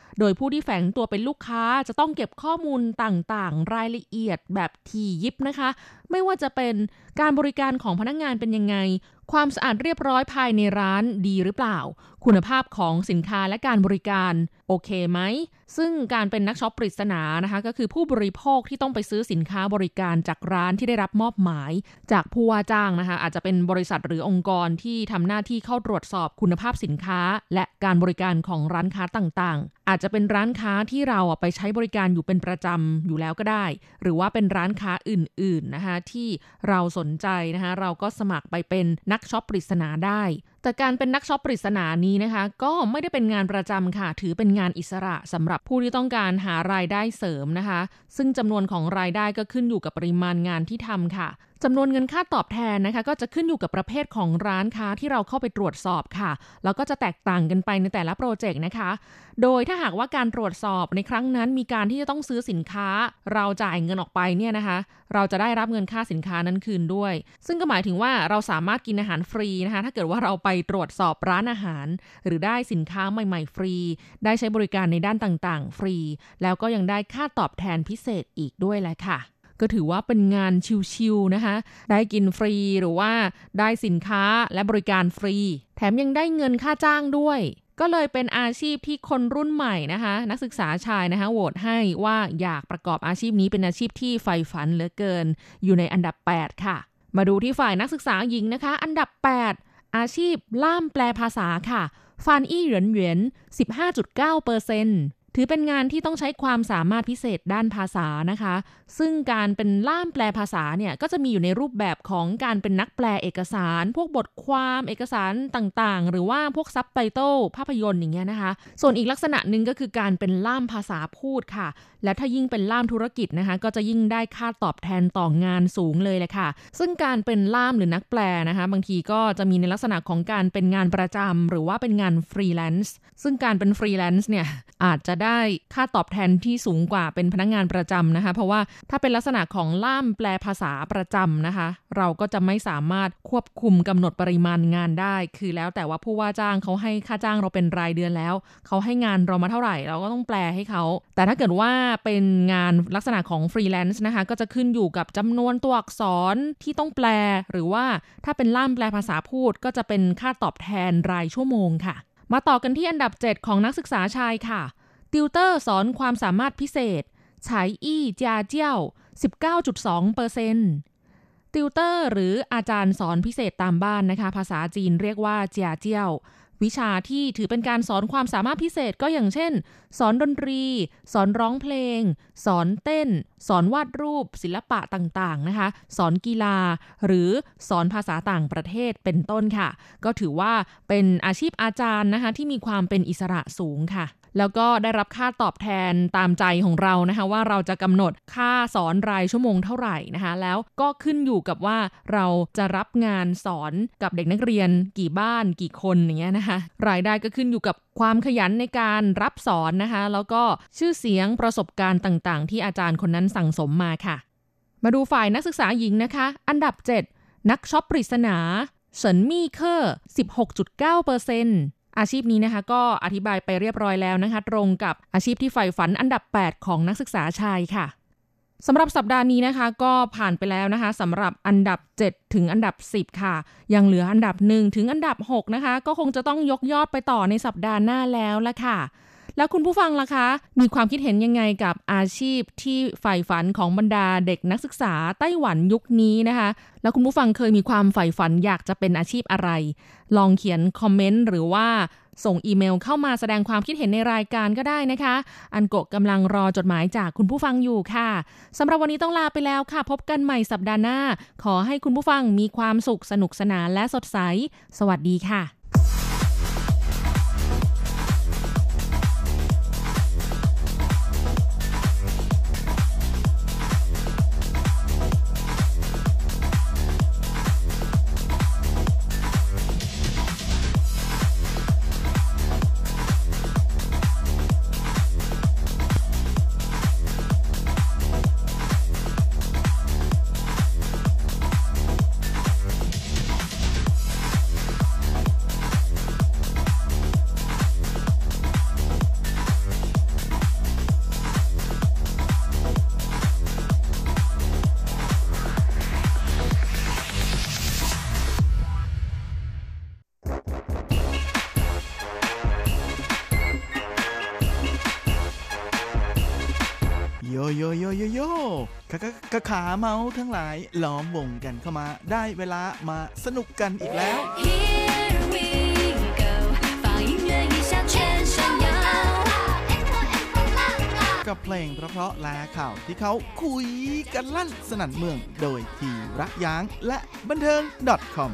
โดยผู้ที่แฝงตัวเป็นลูกค้าจะต้องเก็บข้อมูลต่างๆรายละเอียดแบบถี่ยิบนะคะไม่ว่าจะเป็นการบริการของพนักงานเป็นยังไงความสะอาดเรียบร้อยภายในร้านดีหรือเปล่าคุณภาพของสินค้าและการบริการโอเคไหมซึ่งการเป็นนักช็อปปริศนานะคะก็คือผู้บริโภคที่ต้องไปซื้อสินค้าบริการจากร้านที่ได้รับมอบหมายจากผู้ว่าจ้างนะคะอาจจะเป็นบริษัทหรือองค์กรที่ทำหน้าที่เข้าตรวจสอบคุณภาพสินค้าและการบริการของร้านค้าต่างๆอาจจะเป็นร้านค้าที่เราไปใช้บริการอยู่เป็นประจำอยู่แล้วก็ได้หรือว่าเป็นร้านค้าอื่นๆนะคะที่เราสนใจนะคะเราก็สมัครไปเป็นนักช็อปปริศนาได้แต่การเป็นนักช็อปปริศนานี้นะคะก็ไม่ได้เป็นงานประจำค่ะถือเป็นงานอิสระสำหรับผู้ที่ต้องการหารายได้เสริมนะคะซึ่งจำนวนของรายได้ก็ขึ้นอยู่กับปริมาณงานที่ทำค่ะจำนวนเงินค่าตอบแทนนะคะก็จะขึ้นอยู่กับประเภทของร้านค้าที่เราเข้าไปตรวจสอบค่ะแล้วก็จะแตกต่างกันไปในแต่ละโปรเจกต์นะคะโดยถ้าหากว่าการตรวจสอบในครั้งนั้นมีการที่จะต้องซื้อสินค้าเราจ่ายเงินออกไปเนี่ยนะคะเราจะได้รับเงินค่าสินค้านั้นคืนด้วยซึ่งก็หมายถึงว่าเราสามารถกินอาหารฟรีนะคะถ้าเกิดว่าเราไปตรวจสอบร้านอาหารหรือได้สินค้าใหม่ๆฟรีได้ใช้บริการในด้านต่างๆฟรีแล้วก็ยังได้ค่าตอบแทนพิเศษอีกด้วยแหละค่ะก็ถือว่าเป็นงานชิลๆนะคะได้กินฟรีหรือว่าได้สินค้าและบริการฟรีแถมยังได้เงินค่าจ้างด้วยก็เลยเป็นอาชีพที่คนรุ่นใหม่นะคะนักศึกษาชายนะคะโหวตให้ว่าอยากประกอบอาชีพนี้เป็นอาชีพที่ใฝ่ฝันเหลือเกินอยู่ในอันดับแปดค่ะมาดูที่ฝ่ายนักศึกษาหญิงนะคะอันดับแปดอาชีพล่ามแปลภาษาค่ะฟานอี้เหรินเหวียน สิบห้าจุดเก้าเปอร์เซ็นต์ถือเป็นงานที่ต้องใช้ความสามารถพิเศษด้านภาษานะคะซึ่งการเป็นล่ามแปลภาษาเนี่ยก็จะมีอยู่ในรูปแบบของการเป็นนักแปลเอกสารพวกบทความเอกสารต่างๆหรือว่าพวกซับไตเติลภาพยนตร์อย่างเงี้ยนะคะส่วนอีกลักษณะหนึ่งก็คือการเป็นล่ามภาษาพูดค่ะและถ้ายิ่งเป็นล่ามธุรกิจนะคะก็จะยิ่งได้ค่าตอบแทนต่องานสูงเลยแหละค่ะซึ่งการเป็นล่ามหรือนักแปลนะคะบางทีก็จะมีในลักษณะของการเป็นงานประจำหรือว่าเป็นงานฟรีแลนซ์ซึ่งการเป็นฟรีแลนซ์เนี่ยอาจจะได้ค่าตอบแทนที่สูงกว่าเป็นพนักงานประจำนะคะเพราะว่าถ้าเป็นลักษณะของล่ามแปลภาษาประจำนะคะเราก็จะไม่สามารถควบคุมกำหนดปริมาณงานได้คือแล้วแต่ว่าผู้ว่าจ้างเขาให้ค่าจ้างเราเป็นรายเดือนแล้วเขาให้งานเรามาเท่าไหร่เราก็ต้องแปลให้เขาแต่ถ้าเกิดว่าเป็นงานลักษณะของฟรีแลนซ์นะคะก็จะขึ้นอยู่กับจำนวนตัวอักษรที่ต้องแปลหรือว่าถ้าเป็นล่ามแปลภาษาพูดก็จะเป็นค่าตอบแทนรายชั่วโมงค่ะมาต่อกันที่อันดับเจ็ดของนักศึกษาชายค่ะติวเตอร์สอนความสามารถพิเศษฉายอี้จาเจี้ยว สิบเก้าจุดสองเปอร์เซ็นต์ ติวเตอร์หรืออาจารย์สอนพิเศษตามบ้านนะคะภาษาจีนเรียกว่าจาเจี้ยววิชาที่ถือเป็นการสอนความสามารถพิเศษก็อย่างเช่นสอนดนตรีสอนร้องเพลงสอนเต้นสอนวาดรูปศิลปะต่างๆนะคะสอนกีฬาหรือสอนภาษาต่างประเทศเป็นต้นค่ะก็ถือว่าเป็นอาชีพอาจารย์นะคะที่มีความเป็นอิสระสูงค่ะแล้วก็ได้รับค่าตอบแทนตามใจของเรานะคะว่าเราจะกำหนดค่าสอนรายชั่วโมงเท่าไหร่นะคะแล้วก็ขึ้นอยู่กับว่าเราจะรับงานสอนกับเด็กนักเรียนกี่บ้านกี่คนอย่างเงี้ยนะคะรายได้ก็ขึ้นอยู่กับความขยันในการรับสอนนะคะแล้วก็ชื่อเสียงประสบการณ์ต่างๆที่อาจารย์คนนั้นสั่งสมมาค่ะมาดูฝ่ายนักศึกษาหญิงนะคะอันดับเจ็ดนักช็อปปริศนาเฉินมี่เคอร์ สิบหกจุดเก้าเปอร์เซ็นต์อาชีพนี้นะคะก็อธิบายไปเรียบร้อยแล้วนะคะตรงกับอาชีพที่ใฝ่ฝันอันดับแปดของนักศึกษาชายค่ะสำหรับสัปดาห์นี้นะคะก็ผ่านไปแล้วนะคะสำหรับอันดับเจ็ดถึงอันดับสิบค่ะยังเหลืออันดับหนึ่งถึงอันดับหกนะคะก็คงจะต้องยกยอดไปต่อในสัปดาห์หน้าแล้วละค่ะแล้วคุณผู้ฟังล่ะคะมีความคิดเห็นยังไงกับอาชีพที่ใฝ่ฝันของบรรดาเด็กนักศึกษาไต้หวันยุคนี้นะคะแล้วคุณผู้ฟังเคยมีความใฝ่ฝันอยากจะเป็นอาชีพอะไรลองเขียนคอมเมนต์หรือว่าส่งอีเมลเข้ามาแสดงความคิดเห็นในรายการก็ได้นะคะอันโกะกำลังรอจดหมายจากคุณผู้ฟังอยู่ค่ะสำหรับวันนี้ต้องลาไปแล้วค่ะพบกันใหม่สัปดาห์หน้าขอให้คุณผู้ฟังมีความสุขสนุกสนานและสดใสสวัสดีค่ะโยโยโยโยกะกะกะขาเมาทั้งหลายล้อมวงกันเข้ามาได้เวลามาสนุกกันอีกแล้ว Here we go 放音乐一下全身摇กับเพลงเพราะๆและข่าวที่เขาคุยกันลั่นสนั่นเมืองโดยทีรักย้างและบันเทิง .com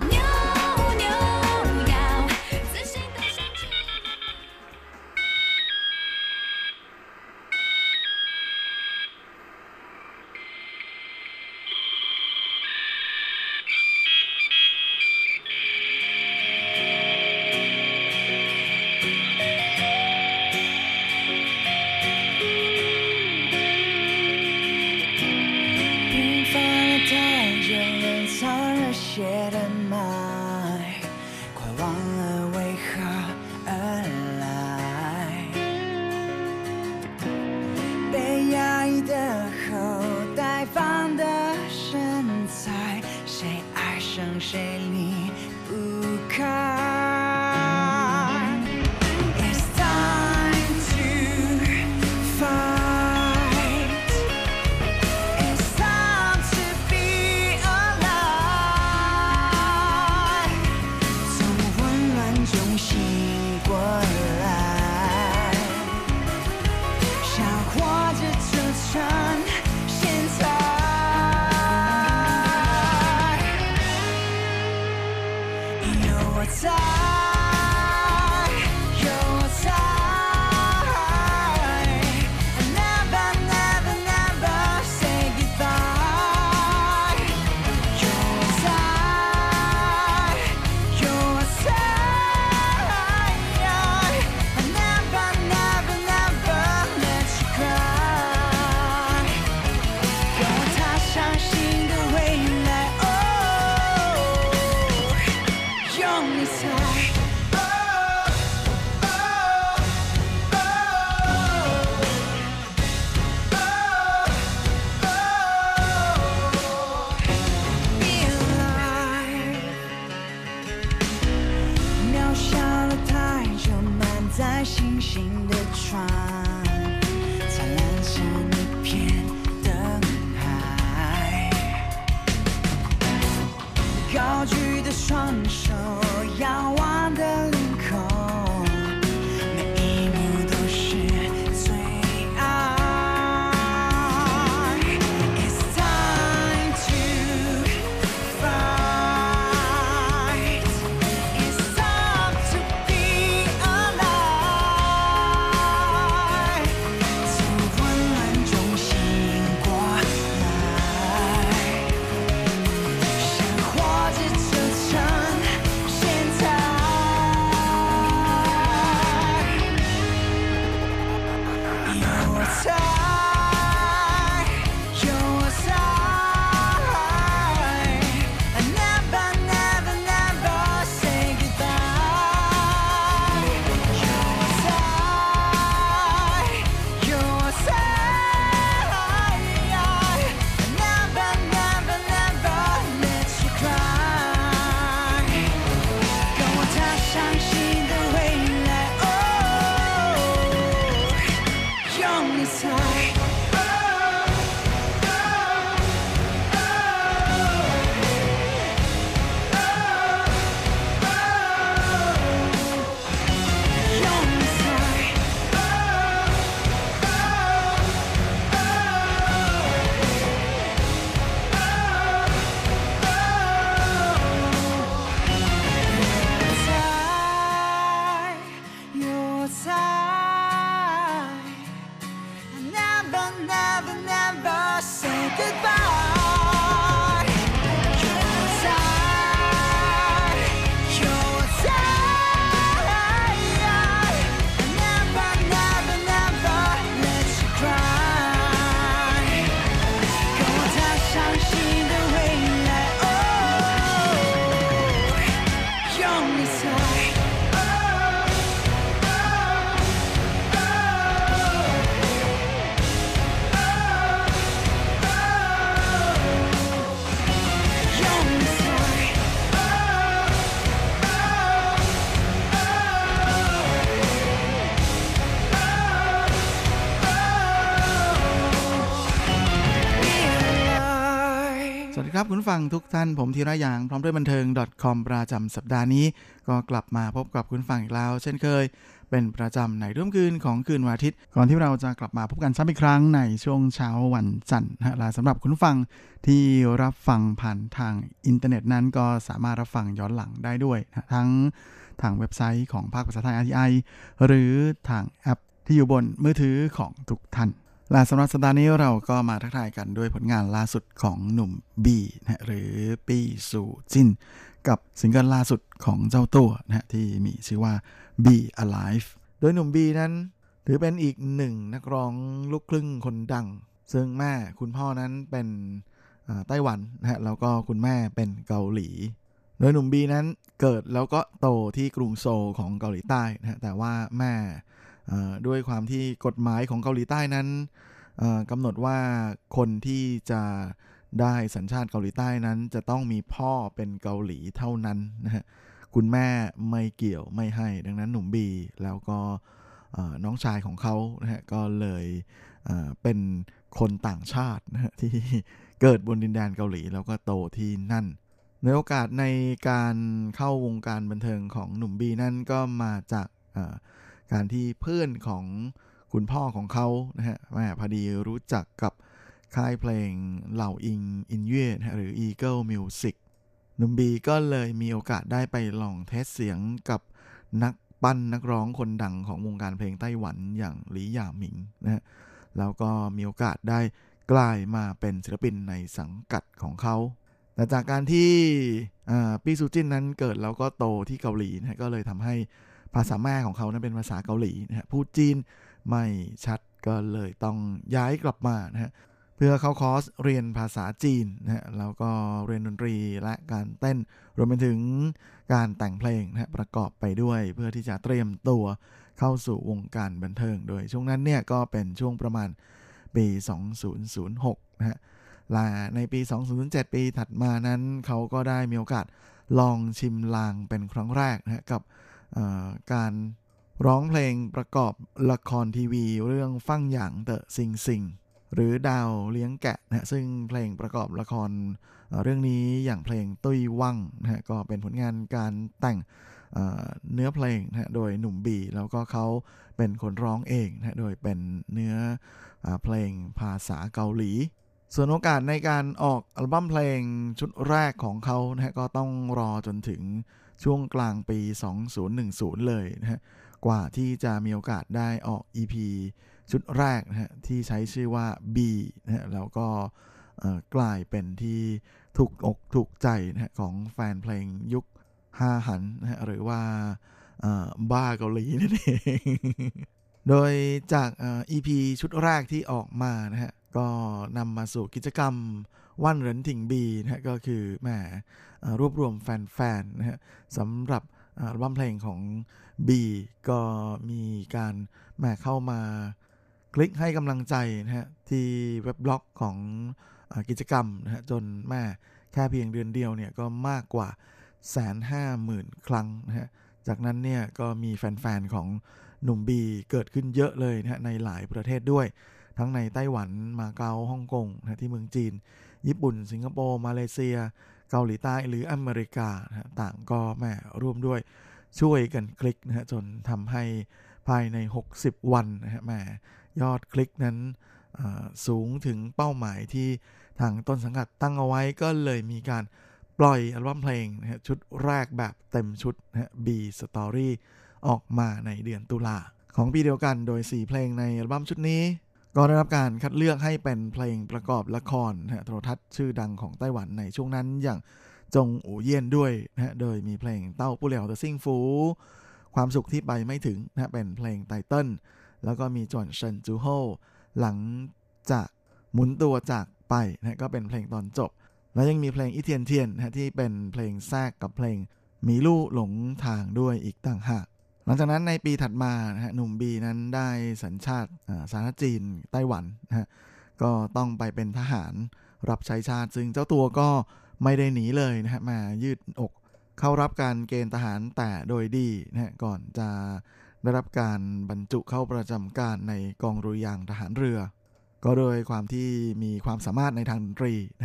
ครับคุณฟังทุกท่านผมธีระยางพร้อมด้วยบันเทิง .com ประจำสัปดาห์นี้ก็กลับมาพบกับคุณฟังอีกแล้วเช่นเคยเป็นประจำในรุ่มคืนของคืนวันอาทิตย์ก่อนที่เราจะกลับมาพบกันซ้ำอีกครั้งในช่วงเช้าวันจันทร์นะและสำหรับคุณฟังที่รับฟังผ่านทางอินเทอร์เน็ตนั้นก็สามารถรับฟังย้อนหลังได้ด้วยนะทั้งทางเว็บไซต์ของภาคภาษาไทย อาร์ ที ไอ หรือทางแอปที่อยู่บนมือถือของทุกท่านและสำหรับสัปดาห์นี้เราก็มาทักทายกันด้วยผลงานล่าสุดของหนุ่มบีนะหรือปี้ซูจินกับซิงเกิลล่าสุดของเจ้าตัวนะที่มีชื่อว่า Be Alive โดยหนุ่มบีนั้นถือเป็นอีกหนึ่งนักร้องลูกครึ่งคนดังซึ่งแม่คุณพ่อนั้นเป็นไต้หวันนะฮะแล้วก็คุณแม่เป็นเกาหลีโดยหนุ่มบีนั้นเกิดแล้วก็โตที่กรุงโซลของเกาหลีใต้นะฮะแต่ว่าแม่ด้วยความที่กฎหมายของเกาหลีใต้นั้นกำหนดว่าคนที่จะได้สัญชาติเกาหลีใต้นั้นจะต้องมีพ่อเป็นเกาหลีเท่านั้นนะฮะคุณแม่ไม่เกี่ยวไม่ให้ดังนั้นหนุ่มบีแล้วก็น้องชายของเขานะฮะก็เลยเป็นคนต่างชาตินะฮะที่เกิดบนดินแดนเกาหลีแล้วก็โตที่นั่นในโอกาสในการเข้าวงการบันเทิงของหนุ่มบีนั่นก็มาจากการที่เพื่อนของคุณพ่อของเขานะฮะแม่พอดีรู้จักกับค่ายเพลงเหล่าอิงอินเย่หรือ Eagle Music หนุ่มบีก็เลยมีโอกาสได้ไปลองเทสเสียงกับนักปั้นนักร้องคนดังของวงการเพลงไต้หวันอย่างหลี่หย่าหมิงนะฮะแล้วก็มีโอกาสได้กลายมาเป็นศิลปินในสังกัดของเขาแต่จากการที่ปี้ซูจินนั้นเกิดแล้วก็โตที่เกาหลีนะก็เลยทำให้ภาษาแม่ของเขานั้นเป็นภาษาเกาหลีนะฮะพูดจีนไม่ชัดก็เลยต้องย้ายกลับมานะฮะเพื่อเข้าคอร์สเรียนภาษาจีนนะฮะแล้วก็เรียนดนตรีและการเต้นรวมไปถึงการแต่งเพลงนะฮะประกอบไปด้วยเพื่อที่จะเตรียมตัวเข้าสู่วงการบันเทิงโดยช่วงนั้นเนี่ยก็เป็นช่วงประมาณปีสองพันหกนะฮะและในปีสองพันเจ็ดปีถัดมานั้นเขาก็ได้มีโอกาสลองชิมลางเป็นครั้งแรกนะฮะกับการร้องเพลงประกอบละครทีวีเรื่องฟั่งหยางเต๋อซิงซิงหรือดาวเลี้ยงแกะนะซึ่งเพลงประกอบละครเรื่องนี้อย่างเพลงตุ้ยว่างนะฮะก็เป็นผลงานการแต่งเนื้อเพลงนะโดยหนุ่มบีแล้วก็เขาเป็นคนร้องเองนะโดยเป็นเนื้อเพลงภาษาเกาหลีส่วนโอกาสในการออกอัลบั้มเพลงชุดแรกของเขานะฮะก็ต้องรอจนถึงช่วงกลางปีสองพันสิบเลยนะฮะกว่าที่จะมีโอกาสได้ออก อี พี ชุดแรกนะฮะที่ใช้ชื่อว่า B นะฮะแล้วก็กลายเป็นที่ถูกอกถูกใจนะฮะของแฟนเพลงยุคฮาหันนะฮะหรือว่าบ้าเกาหลีนั่นเอง โดยจาก อี พี ชุดแรกที่ออกมานะฮะก็นำมาสู่กิจกรรมวันเหรินถิงบีนะฮะก็คือแหมรวบรวมแฟนๆนะฮะสำหรับอัลบั้มเพลงของ B ก็มีการแหมเข้ามาคลิกให้กำลังใจนะฮะที่เว็บบล็อกของกิจกรรมนะฮะจนแม่แค่เพียงเดือนเดียวเนี่ยก็มากกว่า หนึ่งแสนห้าหมื่น ครั้งนะฮะจากนั้นเนี่ยก็มีแฟนๆของหนุ่ม B เกิดขึ้นเยอะเลยนะฮะในหลายประเทศด้วยทั้งในไต้หวันมาเก๊าฮ่องกงนะที่เมืองจีนญี่ปุ่นสิงคโปร์มาเลเซียเกาหลีใต้หรืออเมริกานะต่างก็แม่ร่วมด้วยช่วยกันคลิกนะฮะจนทำให้ภายในหกสิบวันนะฮะแม่ยอดคลิกนั้นสูงถึงเป้าหมายที่ทางต้นสังกัดตั้งเอาไว้ก็เลยมีการปล่อยอัลบั้มเพลงนะฮะชุดแรกแบบเต็มชุดนะฮะ B Story ออกมาในเดือนตุลาของปีเดียวกันโดยสี่เพลงในอัลบั้มชุดนี้ก็ได้รับการคัดเลือกให้เป็นเพลงประกอบละครนะฮะโทรทัศน์ชื่อดังของไต้หวันในช่วงนั้นอย่างจงอู่เยี่ยนด้วยนะฮะโดยมีเพลงเต้าปู่เหลียวเตอซิ่งฟูความสุขที่ไปไม่ถึงนะฮะเป็นเพลงไตเติ้ลแล้วก็มีจวนเซินจูโฮหลังจากหมุนตัวจากไปนะฮะก็เป็นเพลงตอนจบแล้วยังมีเพลงอีเทียนเทียนนะฮะที่เป็นเพลงแทรกกับเพลงมีลู่หลงทางด้วยอีกต่างหากหลังจากนั้นในปีถัดมานะฮะหนุ่มบีนั้นได้สัญชาติสาธารณจีนไต้หวันนะฮะก็ต้องไปเป็นทหารรับใช้ชาติซึ่งเจ้าตัวก็ไม่ได้หนีเลยนะฮะมายืดอกเข้ารับการเกณฑ์ทหารแต่โดยดีนะฮะก่อนจะได้รับการบรรจุเข้าประจำการในกองดุริยางค์ทหารเรือก็โดยความที่มีความสามารถในทางดนตรีนะฮะ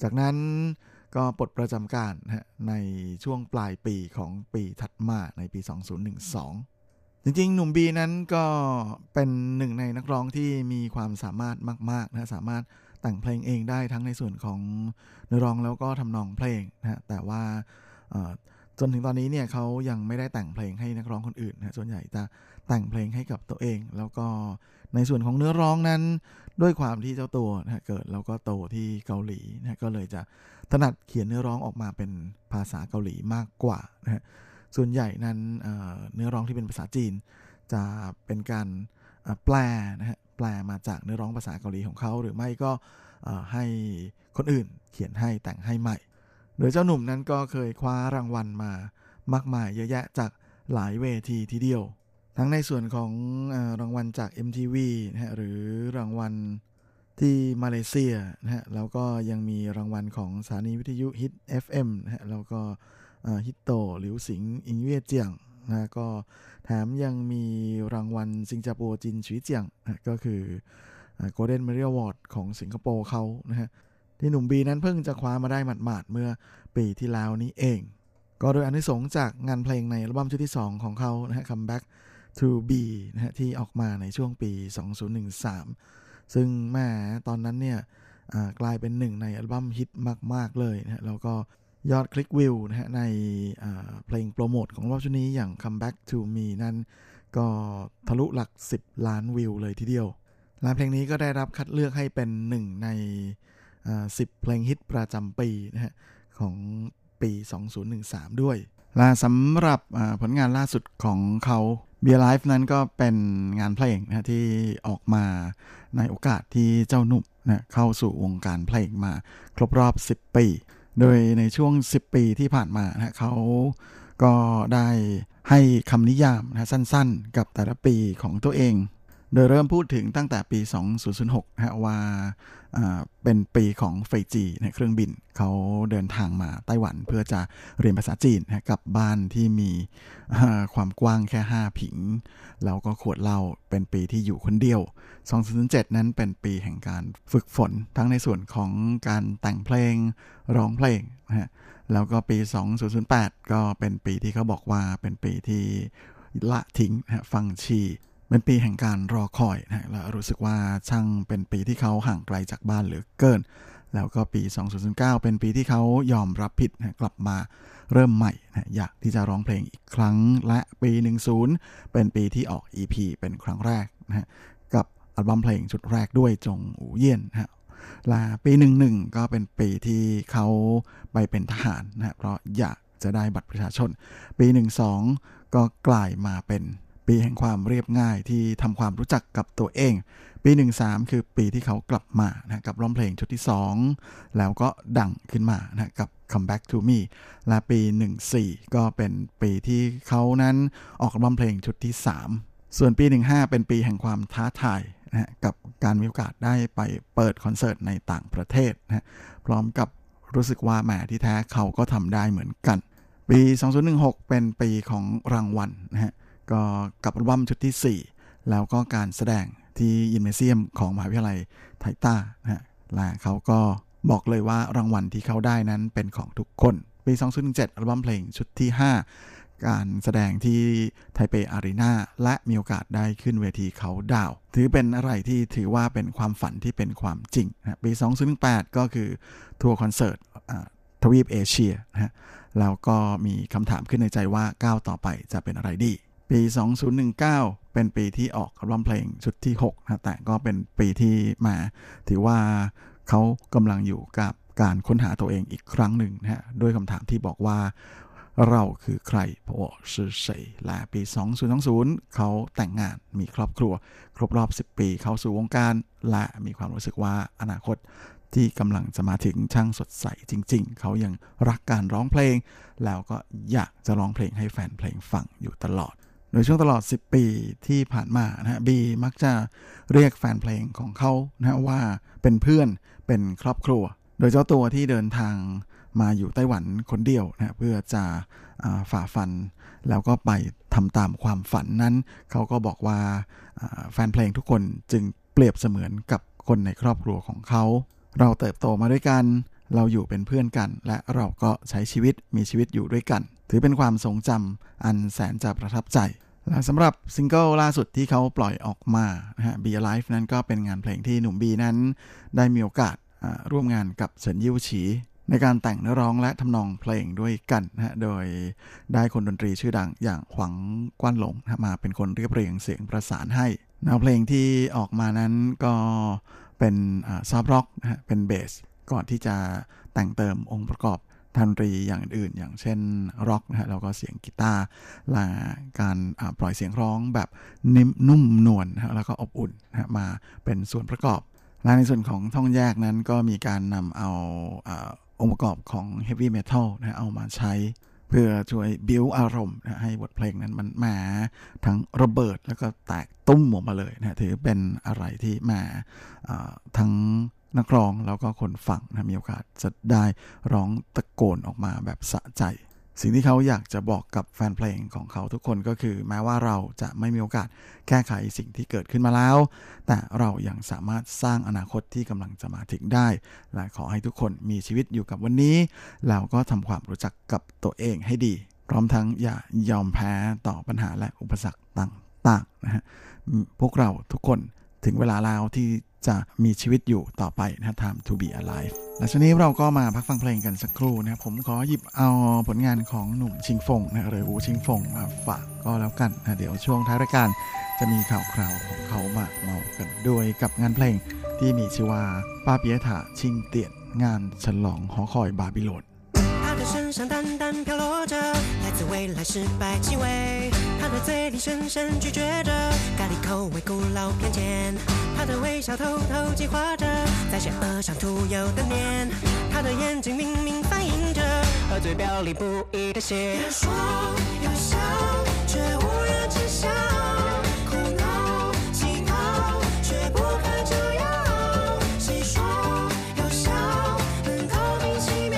จากนั้นก็ปลดประจำการในช่วงปลายปีของปีถัดมาในปีสองพันสิบสองจริงๆหนุ่มบีนั้นก็เป็นหนึ่งในนักร้องที่มีความสามารถมากๆนะสามารถแต่งเพลงเองได้ทั้งในส่วนของเนื้อร้องแล้วก็ทำนองเพลงนะแต่ว่าจนถึงตอนนี้เนี่ยเขายังไม่ได้แต่งเพลงให้นักร้องคนอื่นนะส่วนใหญ่จะแต่งเพลงให้กับตัวเองแล้วก็ในส่วนของเนื้อร้องนั้นด้วยความที่เจ้าตัวนะเกิดแล้วก็โตที่เกาหลีนะก็เลยจะถนัดเขียนเนื้อร้องออกมาเป็นภาษาเกาหลีมากกว่านะฮะส่วนใหญ่นั้น เอ่อ เนื้อร้องที่เป็นภาษาจีนจะเป็นการแปลนะฮะแปลมาจากเนื้อร้องภาษาเกาหลีของเขาหรือไม่ก็ให้คนอื่นเขียนให้แต่งให้ใหม่โดยเจ้าหนุ่มนั้นก็เคยคว้ารางวัลมามากมายเยอะแยะจากหลายเวทีทีเดียวทั้งในส่วนของเอ่อรางวัลจาก เอ็ม ที วี นะฮะหรือรางวัลที่มาเลเซียนะฮะแล้วก็ยังมีรางวัลของสถานีวิทยุฮิต เอฟ เอ็ม นะฮะแล้วก็ฮิตโตหลิวสิงอิงเว่ยเจียงนะก็แถมยังมีรางวัลสิงคโปร์จินฉุยเจียงนะก็คือ Golden Merit Award ของสิงคโปร์เขานะฮะที่หนุ่มบีนั้นเพิ่งจะคว้ามาได้หมาดๆเมื่อปีที่แล้วนี้เองก็โดยอานิสงส์จากงานเพลงในอัลบั้มชุดที่สองของเขานะฮะ Comeback to Be นะฮะที่ออกมาในช่วงปีสองพันสิบสามซึ่งแม่ตอนนั้นเนี่ยกลายเป็นหนึ่งในอัลบั้มฮิตมากๆเลยนะฮะแล้วก็ยอดคลิกวิวนะฮะในเพลงโปรโมทของรอบชุดนี้อย่าง Comeback to Me นั้นก็ทะลุหลักสิบล้านวิวเลยทีเดียวและเพลงนี้ก็ได้รับคัดเลือกให้เป็นหนึ่งในสิบเพลงฮิตประจำปีนะฮะของปีสองพันสิบสามด้วยและสำหรับผลงานล่าสุดของเขา Be Alive นั้นก็เป็นงานเพลงนะที่ออกมาในโอกาสที่เจ้าหนุ่มนะเข้าสู่วงการเพลงมาครบรอบสิบปีโดยในช่วงสิบปีที่ผ่านมานะเขาก็ได้ให้คำนิยามนะสั้นๆกับแต่ละปีของตัวเองโดยเริ่มพูดถึงตั้งแต่ปีสองพันหกนะฮะว่าเป็นปีของเฟยจีนะเครื่องบินเขาเดินทางมาไต้หวันเพื่อจะเรียนภาษาจีนนะกับบ้านที่มีความกว้างแค่ห้าผิงแล้วก็ขวดเหล้าเป็นปีที่อยู่คนเดียวสองพันเจ็ดนั้นเป็นปีแห่งการฝึกฝนทั้งในส่วนของการแต่งเพลงร้องเพลงนะฮะแล้วก็ปีสองพันแปดก็เป็นปีที่เขาบอกว่าเป็นปีที่ละทิ้งนะฟังชีเป็นปีแห่งการรอคอยนะและรู้สึกว่าช่างเป็นปีที่เขาห่างไกลจากบ้านเหลือเกินแล้วก็ปีสองพันเก้าเป็นปีที่เขายอมรับผิดนะกลับมาเริ่มใหม่นะอยากที่จะร้องเพลงอีกครั้งและปีสิบเป็นปีที่ออก อี พี เป็นครั้งแรกนะกับอัลบั้มเพลงชุดแรกด้วยจงอู่เยี่ยนนะและปีสิบเอ็ดก็เป็นปีที่เขาไปเป็นทหารนะเพราะอยากจะได้บัตรประชาชนปีสิบสองก็กลายมาเป็นปีแห่งความเรียบง่ายที่ทำความรู้จักกับตัวเองปีสิบสามคือปีที่เขากลับมานะกับร้องเพลงชุดที่สองแล้วก็ดังขึ้นมานะกับ Comeback to Me และปีสิบสี่ก็เป็นปีที่เขานั้นออกร้องเพลงชุดที่สามส่วนปีสิบห้าเป็นปีแห่งความท้าทายนะกับการมีโอกาสได้ไปเปิดคอนเสิร์ตในต่างประเทศนะพร้อมกับรู้สึกว่าแหมที่แท้เขาก็ทำได้เหมือนกันปีสองพันสิบหกเป็นปีของรางวัลนะฮะก็กับอัลบั้มชุดที่สี่แล้วก็การแสดงที่ยิมเนเซียมของมหาวิทยาลัยไทต้านะฮะและเขาก็บอกเลยว่ารางวัลที่เขาได้นั้นเป็นของทุกคนปีสองพันสิบเจ็ดอัลบั้มเพลงชุดที่ห้าการแสดงที่ไทเปอารีนาและมีโอกาสได้ขึ้นเวทีเขาดาวถือเป็นอะไรที่ถือว่าเป็นความฝันที่เป็นความจริงนะปีสองพันสิบแปดก็คือทัวร์คอนเสิร์ตทวีปเอเชียนะฮะแล้วก็มีคำถามขึ้นในใจว่าก้าวต่อไปจะเป็นอะไรดีปีสองพันสิบเก้าเป็นปีที่ออกอัลบั้มเพลงชุดที่หกนะแต่ก็เป็นปีที่มาถือว่าเขากำลังอยู่กับการค้นหาตัวเองอีกครั้งหนึ่งนะฮะด้วยคำถามที่บอกว่าเราคือใคร我是谁และปีสองพันยี่สิบเขาแต่งงานมีครอบครัวครบรอบสิบปีเข้าสู่วงการและมีความรู้สึกว่าอนาคตที่กำลังจะมาถึงช่างสดใสจริงๆเขายังรักการร้องเพลงแล้วก็อยากจะร้องเพลงให้แฟนเพลงฟังอยู่ตลอดโดยช่วงตลอดสิบปีที่ผ่านมานะฮะบีมักจะเรียกแฟนเพลงของเขานะว่าเป็นเพื่อนเป็นครอบครัวโดยเจ้าตัวที่เดินทางมาอยู่ไต้หวันคนเดียวนะเพื่อจะฝ่าฟันแล้วก็ไปทำตามความฝันนั้นเขาก็บอกว่าแฟนเพลงทุกคนจึงเปรียบเสมือนกับคนในครอบครัวของเขาเราเติบโตมาด้วยกันเราอยู่เป็นเพื่อนกันและเราก็ใช้ชีวิตมีชีวิตอยู่ด้วยกันถือเป็นความทรงจำอันแสนจะประทับใจและสำหรับซิงเกิลล่าสุดที่เขาปล่อยออกมานะฮะ Be Alive นั้นก็เป็นงานเพลงที่หนุ่มบีนั้นได้มีโอกาสร่วมงานกับเฉินยิ่วฉีในการแต่งเนื้อร้องและทำนองเพลงด้วยกันนะฮะโดยได้คนดนตรีชื่อดังอย่างหวังกว้านหลงนะมาเป็นคนเรียบเรียงเสียงประสานให้แนวเพลงที่ออกมานั้นก็เป็นซอฟต์ร็อกนะฮะเป็นเบสก่อนที่จะแต่งเติมองค์ประกอบดนตรีอย่างอื่นๆอย่างเช่นร็อกนะฮะแล้วก็เสียงกีตาร์และการปล่อยเสียงร้องแบบนิ่มนุ่มนวลนะฮะแล้วก็อบอุ่นนะฮะมาเป็นส่วนประกอบและในส่วนของท่อนแยกนั้นก็มีการนำเอาองค์ประกอบของ Heavy Metal นะเอามาใช้เพื่อช่วยบิวอารมณ์นะให้บทเพลงนั้นมันมาทั้งระเบิดแล้วก็แตกตุ้มออกมาเลยนะถือเป็นอะไรที่มาทั้งนักร้องแล้วก็คนฟังนะมีโอกาสจะได้ร้องตะโกนออกมาแบบสะใจสิ่งที่เขาอยากจะบอกกับแฟนเพลงของเขาทุกคนก็คือแม้ว่าเราจะไม่มีโอกาสแก้ไขสิ่งที่เกิดขึ้นมาแล้วแต่เรายังสามารถสร้างอนาคตที่กำลังจะมาถึงได้และขอให้ทุกคนมีชีวิตอยู่กับวันนี้แล้วก็ทำความรู้จักกับตัวเองให้ดีพร้อมทั้งอย่ายอมแพ้ต่อปัญหาและอุปสรรคต่างๆนะฮะพวกเราทุกคนถึงเวลาแล้วที่จะมีชีวิตอยู่ต่อไปนะ Time to be alive และช่วงนี้เราก็มาพักฟังเพลงกันสักครู่นะผมขอหยิบเอาผลงานของหนุ่มชิงฟงนะหรืออูชิงฟงมาฝากก็แล้วกันนะเดี๋ยวช่วงท้ายรายการจะมีข่าวคราวของเขามาเมากันด้วยกับงานเพลงที่มีชื่อว่าป้าเปียถาชิงเตียนงานฉลองหอคอยบาบิโลน他的身上淡淡飘落着来自未来失败气味，他的嘴里深深咀嚼着咖喱口味古老偏见，他的微笑偷偷计划着在邪恶上涂油的念，他的眼睛明明反映着和嘴表里不一的血。有说有笑，却无人知晓，苦恼祈祷，却不可这样。谁说有笑能够名其妙？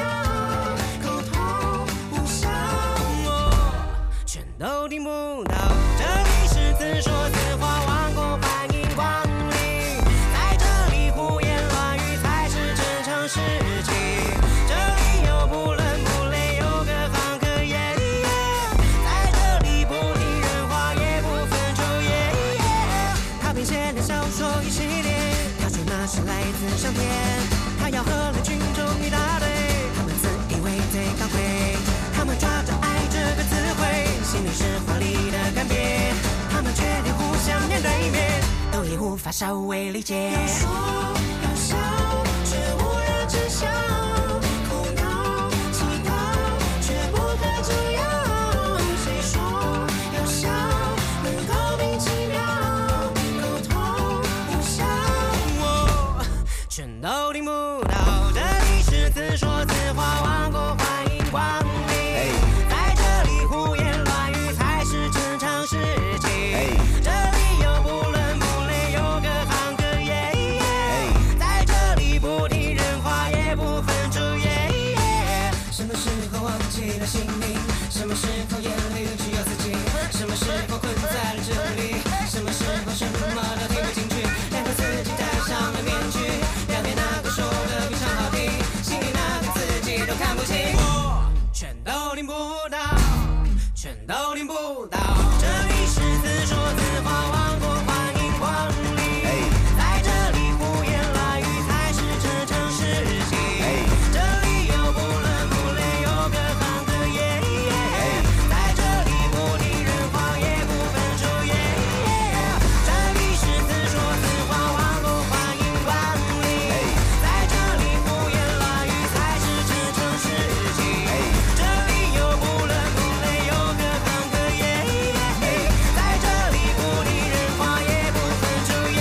都听不到，这里是自说自话，万国欢迎光临，在这里胡言乱语才是正常事情，这里有不伦不类，有各行各业，在这里不听人话，也不分昼夜。他编写的小说一系列，他说那是来自上天，他要和了群众一大堆，他们自以为最高贵，他们抓着爱这个词汇，心里是华丽的干瘪，他们却连互相面对面都已无法稍微理解。有说有笑，却无人知晓，苦恼祈祷，却不可这样。谁说有笑能够名其妙，沟通无效，全都听不到。这里是自说自话，万国欢迎光临，在这里胡言乱语才是正常事情，这里有不伦不类，有各行各业，在这里不听人话，也不分昼夜。什么时候忘记了姓名？什么时候眼里只有自己？什么时候困在了这里？什么时候什么都听不进去？两个自己戴上了面具，两边那个说的非常好听，心里那个自己都看不清，全都听不到，全都听不到。这里是自说自话，万国欢迎光临，在这里胡言乱语才是正常事情，这里有不伦不类，有各行各业，在这里不听人话，也不分昼夜。这里是自说自话，万国欢迎光临，在这里胡言乱语才是正常事情，这里有不伦不类，有各行各业，在这里不听人话，也不分昼夜。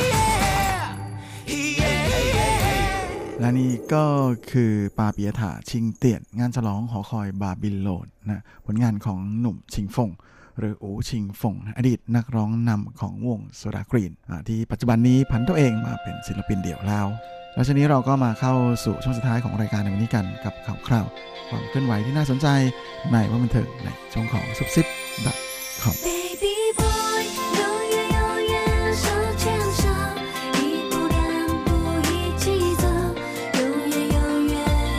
และนี่ก็คือปาเปียถาชิงเตียนงานฉลองหอคอยบาบิโลนนะผลงานของหนุ่มชิงฟงหรืออูชิงฟงอดีตนักร้องนำของวงโซดากรีนที่ปัจจุบันนี้ผันตัวเองมาเป็นศิลปินเดี่ยวแล้วแล้วช่วงนี้เราก็มาเข้าสู่ช่วงสุดท้ายของรายการในวันนี้กันกับข่าวคราวความเคลื่อนไหวที่น่าสนใจในว่าบันเทิงในช่วงของซุปซิป .com Baby boy， 永远永远手牵手，一步两步一起走，永远永远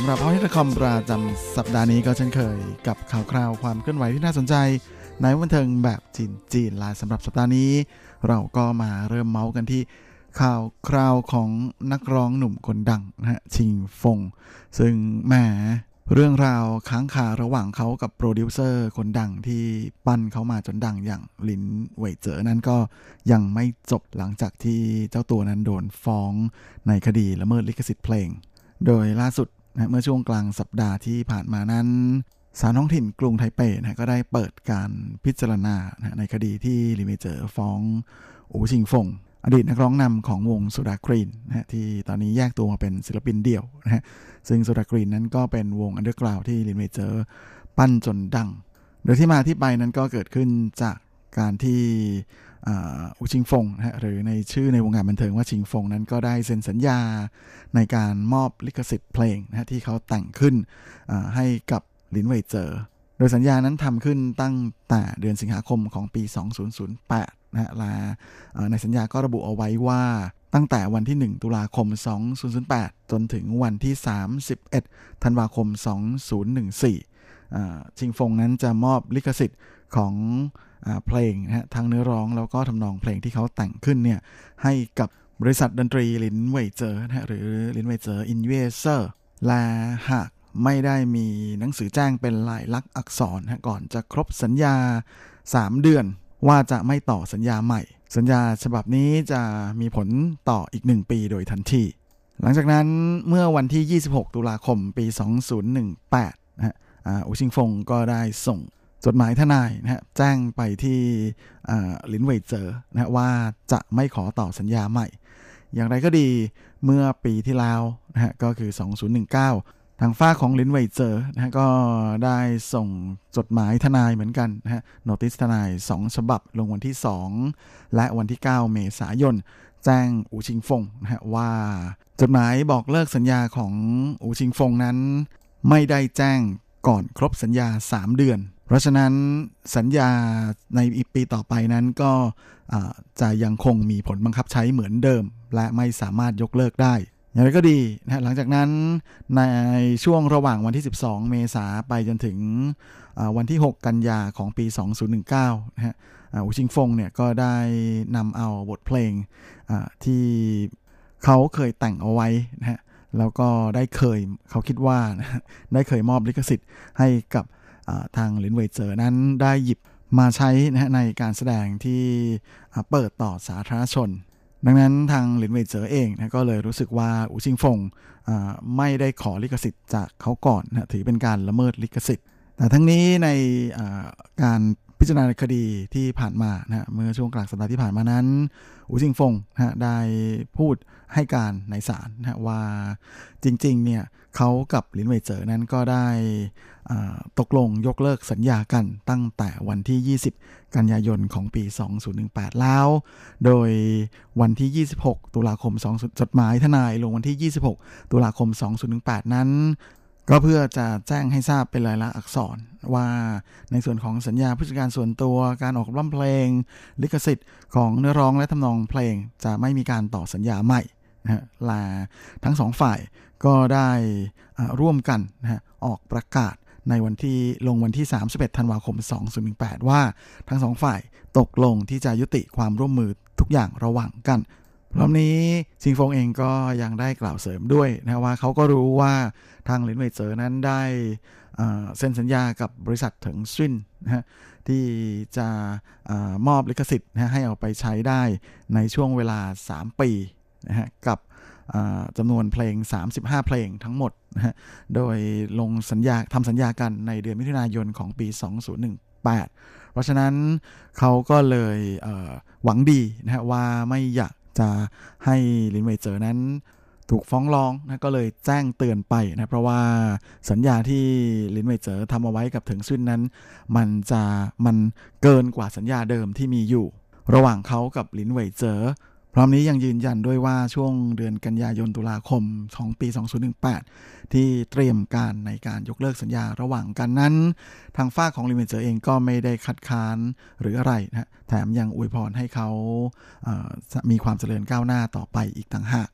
หรับฮอตฮิตคอมประจำสัปดาห์นี้ก็เช่นเคยกับข่าวคราวความเคลื่อนไหวที่น่าสนใจในบันเทิงแบบจีนๆและสำหรับสัปดาห์นี้เราก็มาเริ่มเมาส์กันที่ข่าวคราวของนักร้องหนุ่มคนดังนะฮะชิงฟงซึ่งแหมเรื่องราวค้างคาระหว่างเขากับโปรดิวเซอร์คนดังที่ปั้นเขามาจนดังอย่างลินเหวยเจ๋อนั้นก็ยังไม่จบหลังจากที่เจ้าตัวนั้นโดนฟ้องในคดีละเมิดลิขสิทธิ์เพลงโดยล่าสุดนะเมื่อช่วงกลางสัปดาห์ที่ผ่านมานั้นศาลท้องถิ่นกรุงไทเปนะก็ได้เปิดการพิจารณานะในคดีที่ลินเหวยเจ๋อฟ้องอู๋ชิงฟงอดีตนักร้องนำของวงโซดากรีนนะที่ตอนนี้แยกตัวมาเป็นศิลปินเดี่ยวนะฮะซึ่งโซดากรีนนั้นก็เป็นวงอันเดอร์กราวด์ที่ลินเหวยเจ๋อปั้นจนดังโดยที่มาที่ไปนั้นก็เกิดขึ้นจากการที่อู๋ชิงฟงนะฮะหรือในชื่อในวงการบันเทิงว่าชิงฟงนั้นก็ได้เซ็นสัญญาในการมอบลิขสิทธิ์เพลงนะฮะที่เขาแต่งขึ้นให้กับลินเหวยเจ๋อโดยสัญญานั้นทำขึ้นตั้งแต่เดือนสิงหาคมของปีสองพันแปดนะฮะและในสัญญาก็ระบุเอาไว้ว่าตั้งแต่วันที่หนึ่งตุลาคมสองพันแปดจนถึงวันที่สามสิบเอ็ดธันวาคมสองพันสิบสี่อ่าชิงฟงนั้นจะมอบลิขสิทธิ์ของอ่าเพลงนะฮะทั้งเนื้อร้องแล้วก็ทำนองเพลงที่เขาแต่งขึ้นเนี่ยให้กับบริษัทดนตรีลินเหวยเจ๋อนะฮะหรือลินเหวยเจ๋ออินเวเซอร์และหากไม่ได้มีหนังสือแจ้งเป็นลายลักษณ์อักษรนะก่อนจะครบสัญญาสามเดือนว่าจะไม่ต่อสัญญาใหม่สัญญาฉบับนี้จะมีผลต่ออีกหนึ่งปีโดยทันทีหลังจากนั้นเมื่อวันที่ยี่สิบหกตุลาคมปีสองพันสิบแปดนะฮะอู๋ชิงฟงก็ได้ส่งจดหมายทนายนะฮะแจ้งไปที่ลินเหวยเจ๋อนะฮะว่าจะไม่ขอต่อสัญญาใหม่อย่างไรก็ดีเมื่อปีที่แล้วนะฮะก็คือสองพันสิบเก้าทางฝ้าของลินเหวยเจ๋อนะฮะก็ได้ส่งจดหมายทนายเหมือนกันนะฮะโนติสทนายสองฉบับลงวันที่สองและวันที่เก้าเมษายนแจ้งอู๋ชิงฟงนะฮะว่าจดหมายบอกเลิกสัญญาของอู๋ชิงฟงนั้นไม่ได้แจ้งก่อนครบสัญญาสามเดือนเพราะฉะนั้นสัญญาในอีกปีต่อไปนั้นก็จะยังคงมีผลบังคับใช้เหมือนเดิมและไม่สามารถยกเลิกได้อย่างไรก็ดีนะหลังจากนั้นในช่วงระหว่างวันที่สิบสองเมษายนไปจนถึงวันที่หกกันยาของปีสองพันสิบเก้านะฮะอู๋ชิงฟงเนี่ยก็ได้นำเอาบทเพลงที่เขาเคยแต่งเอาไว้นะฮะแล้วก็ได้เคยเขาคิดว่านะได้เคยมอบลิขสิทธิ์ให้กับทางลินเหวยเจ๋อนั้นได้หยิบมาใช้นะฮะในการแสดงที่เปิดต่อสาธารณชนดังนั้นทางลินเหวยเจ๋อเองนะก็เลยรู้สึกว่าอู๋ชิงฟงไม่ได้ขอลิขสิทธิ์จากเขาก่อนนะถือเป็นการละเมิดลิขสิทธิ์แต่ทั้งนี้ในการพิจารณาคดีที่ผ่านมานะเมื่อช่วงกลางสัปดาห์ที่ผ่านมานั้นอู๋ชิงฟงนะได้พูดให้การในศาลนะว่าจริงๆเนี่ยเขากับลินเหวยเจ๋อนั้นก็ได้ตกลงยกเลิกสัญญากันตั้งแต่วันที่ยี่สิบกันยายนของปีสองพันสิบแปดแล้วโดยวันที่ยี่สิบหกตุลาคมสองจดหมายทนายลงวันที่ยี่สิบหกตุลาคมสองพันสิบแปดนั้นก็เพื่อจะแจ้งให้ทราบเป็นลายลักษณ์อักษรว่าในส่วนของสัญญาผู้จัดการส่วนตัวการออกอัลบั้มเพลงลิขสิทธิ์ของเนื้อร้องและทำนองเพลงจะไม่มีการต่อสัญญาใหม่นะฮะและทั้งสองฝ่ายก็ได้ร่วมกันนะฮะออกประกาศในวันที่ลงวันที่สามสิบเอ็ดธันวาคมสองพันสิบแปดว่าทั้งสองฝ่ายตกลงที่จะยุติความร่วมมือทุกอย่างระหว่างกันพร้อมนี้ชิงฟงเองก็ยังได้กล่าวเสริมด้วยนะว่าเขาก็รู้ว่าทางลินเหวยเจ๋อนั้นได้เซ็นสัญญากับบริษัทเถิงซินนะฮะที่จะมอบลิขสิทธิ์นะให้เอาไปใช้ได้ในช่วงเวลาสามปีนะฮะกับจำนวนเพลงสามสิบห้าเพลงทั้งหมดนะฮะโดยลงสัญญาทำสัญญากันในเดือนมิถุนายนของปีสองพันสิบแปดเพราะฉะนั้นเขาก็เลยเอ่อหวังดีนะฮะว่าไม่อยากจะให้ลินเหวยเจ๋อนั้นถูกฟ้องร้องนะก็เลยแจ้งเตือนไปนะเพราะว่าสัญญาที่ลินเหวยเจ๋อทำเอาไว้กับเถิงซินนั้นมันจะมันเกินกว่าสัญญาเดิมที่มีอยู่ระหว่างเขากับลินเหวยเจ๋อพร้อมนี้ยังยืนยันด้วยว่าช่วงเดือนกันยายนตุลาคมของปีสองพันสิบแปดที่เตรียมการในการยกเลิกสัญญาระหว่างกันนั้นทางฝ่ายของลินเหวยเจ๋อเองก็ไม่ได้คัดค้านหรืออะไรนะแถมยังอวยพรให้เขาเอ่อมีความเจริญก้าวหน้าต่อไปอีกต่างหาก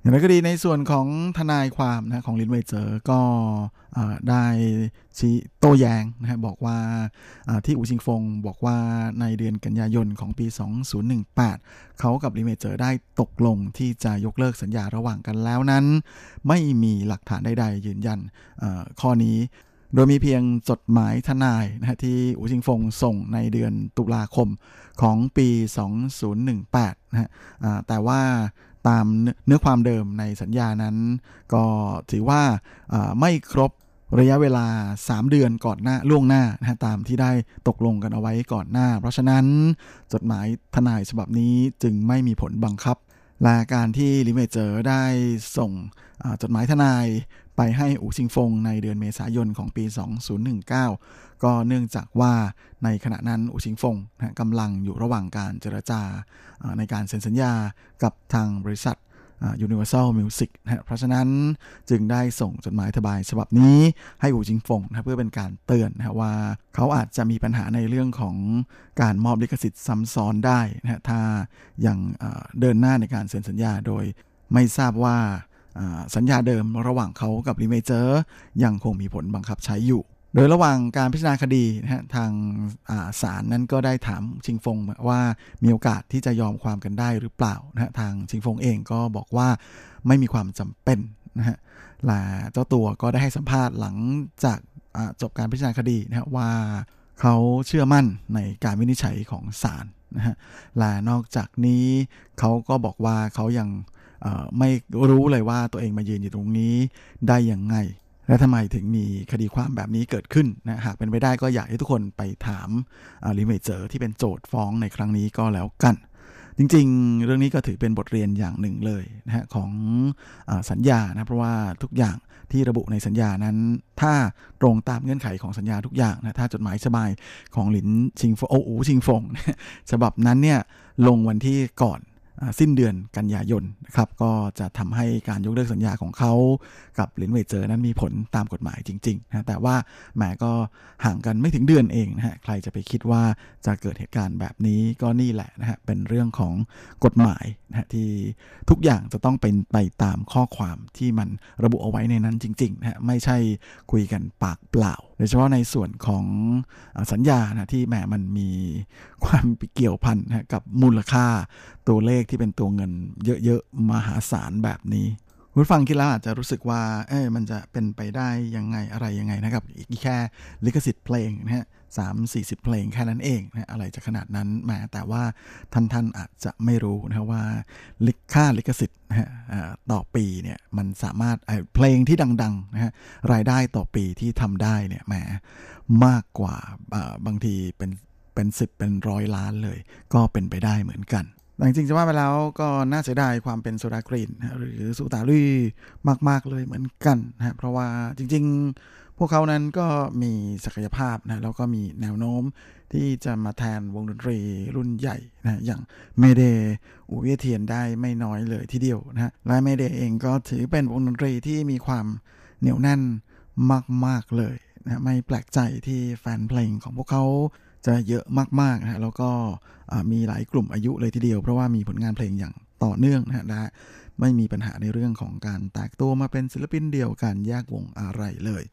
อย่างไรก็ดีในส่วนของทนายความนะของลินเว่ยเจ๋อก็ได้ชี้โต้แย้งนะฮะบอกว่าที่อู่ชิงฟงบอกว่าในเดือนกันยายนของปีสองพันสิบแปดเขากับลินเว่ยเจ๋อได้ตกลงที่จะยกเลิกสัญญาระหว่างกันแล้วนั้นไม่มีหลักฐานใดๆยืนยันข้อนี้โดยมีเพียงจดหมายทนายนะฮะที่อู่ชิงฟงส่งในเดือนตุลาคมของปีสองพันสิบแปดนะฮะแต่ว่าตามเนื้อความเดิมในสัญญานั้นก็ถือว่าไม่ครบระยะเวลาสามเดือนก่อนหน้าล่วงหน้านะฮะตามที่ได้ตกลงกันเอาไว้ก่อนหน้าเพราะฉะนั้นจดหมายทนายฉบับนี้จึงไม่มีผลบังคับและการที่ลินเว่ยเจ๋อได้ส่งจดหมายทนายไปให้อู่ชิงฟงในเดือนเมษายนของปีสองพันสิบเก้าก็เนื่องจากว่าในขณะนั้นอู่ชิงฟงนะกำลังอยู่ระหว่างการเจรจาในการเซ็นสัญญากับทางบริษัทUniversal Music นะเพราะฉะนั้นจึงได้ส่งจดหมายทบายฉบับนี้ให้อู่ชิงฟงนะเพื่อเป็นการเตือนนะว่าเขาอาจจะมีปัญหาในเรื่องของการมอบลิขสิทธิ์ซ้ำซ้อนได้นะถ้ายังเดินหน้าในการเซ็นสัญญาโดยไม่ทราบว่าสัญญาเดิมระหว่างเขากับลินเว่ยเจ๋อยังคงมีผลบังคับใช้อยู่โดยระหว่างการพิจารณาคดีนะฮะทางศาลนั้นก็ได้ถามชิงฟงว่ามีโอกาสที่จะยอมความกันได้หรือเปล่านะฮะทางชิงฟงเองก็บอกว่าไม่มีความจำเป็นนะฮะและเจ้าตัวก็ได้ให้สัมภาษณ์หลังจากจบการพิจารณาคดีนะฮะว่าเขาเชื่อมั่นในการวินิจฉัยของศาลนะฮะและนอกจากนี้เขาก็บอกว่าเขายังไม่รู้เลยว่าตัวเองมายืนอยู่ตรงนี้ได้ยังไงและทำไมถึงมีคดีความแบบนี้เกิดขึ้นนะหากเป็นไปได้ก็อยากให้ทุกคนไปถามลินเว่ยเจ๋อที่เป็นโจทก์ฟ้องในครั้งนี้ก็แล้วกันจริงๆเรื่องนี้ก็ถือเป็นบทเรียนอย่างหนึ่งเลยนะฮะของสัญญานะเพราะว่าทุกอย่างที่ระบุในสัญญานั้นถ้าตรงตามเงื่อนไขของสัญญาทุกอย่างนะถ้าจดหมายฉบับของหลินชิงฟงอู่ชิงฟงฉบับนั้นเนี่ยลงวันที่ก่อนสิ้นเดือนกันยายนนะครับก็จะทำให้การยกเลิกสัญญาของเขากับลินเว่ยเจ๋อนั้นมีผลตามกฎหมายจริงๆนะแต่ว่าแหมก็ห่างกันไม่ถึงเดือนเองนะฮะใครจะไปคิดว่าจะเกิดเหตุการณ์แบบนี้ก็นี่แหละนะฮะเป็นเรื่องของกฎหมายนะฮะที่ทุกอย่างจะต้องเป็นไปตามข้อความที่มันระบุเอาไว้ในนั้นจริงๆนะฮะไม่ใช่คุยกันปากเปล่าโดยเฉพาะในส่วนของสัญญานะที่แหมมันมีความเกี่ยวพันนะกับมูลค่าตัวเลขที่เป็นตัวเงินเยอะๆมหาศาลแบบนี้คุณฟังคิดแล้วอาจจะรู้สึกว่าเอ้ยมันจะเป็นไปได้ยังไงอะไรยังไงนะครับอีกแค่ลิขสิทธิ์เพลงนะฮะสามสี่สิบเพลงแค่นั้นเองนะอะไรจะขนาดนั้นแหมแต่ว่าท่านท่านอาจจะไม่รู้นะว่าค่าลิขสิทธิ์นะฮะต่อปีเนี่ยมันสามารถเพลงที่ดังๆนะฮะรายได้ต่อปีที่ทำได้เนี่ยแหมมากกว่าบางทีเป็นเป็นสิบเป็นร้อยล้านเลยก็เป็นไปได้เหมือนกันแต่จริงๆจะว่าไปแล้วก็น่าเสียดายความเป็นโซดากรีนหรือสุตาลี่มากๆเลยเหมือนกันนะเพราะว่าจริงๆพวกเขานั้นก็มีศักยภาพนะแล้วก็มีแนวโน้มที่จะมาแทนวงดนตรีรุ่นใหญ่นะอย่างเมเดย์อู่เว่ยเทียนได้ไม่น้อยเลยทีเดียวนะและเมเดย์เองก็ถือเป็นวงดนตรีที่มีความเหนียวแน่นมากๆเลยนะไม่แปลกใจที่แฟนเพลงของพวกเขาจะเยอะมากๆนะแล้วก็มีหลายกลุ่มอายุเลยทีเดียวเพราะว่ามีผลงานเพลงอย่างต่อเนื่องนะและไม่มีปัญหาในเรื่องของการแตกตัวมาเป็นศิลปินเดียวกันแยกวงอะไรเลย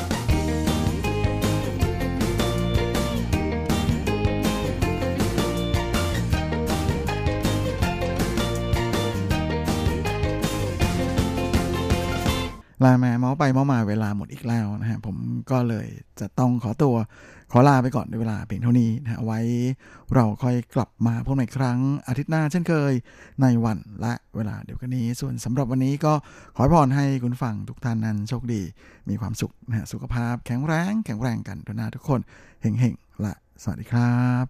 ลาแม่เมาไปเมามาเวลาหมดอีกแล้วนะฮะผมก็เลยจะต้องขอตัวขอลาไปก่อนในเวลาเพียงเท่านี้นะไว้เราค่อยกลับมาพบกันอีกครั้งอาทิตย์หน้าเช่นเคยในวันและเวลาเดียวกันนี้ส่วนสำหรับวันนี้ก็ขอพรให้คุณฟังทุกท่านนั้นโชคดีมีความสุขนะฮะสุขภาพแข็งแรงแข็งแรงกันทุกท่านทุกคนเฮงๆและสวัสดีครับ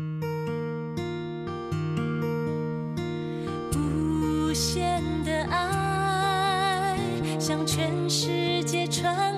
无限的爱向全世界传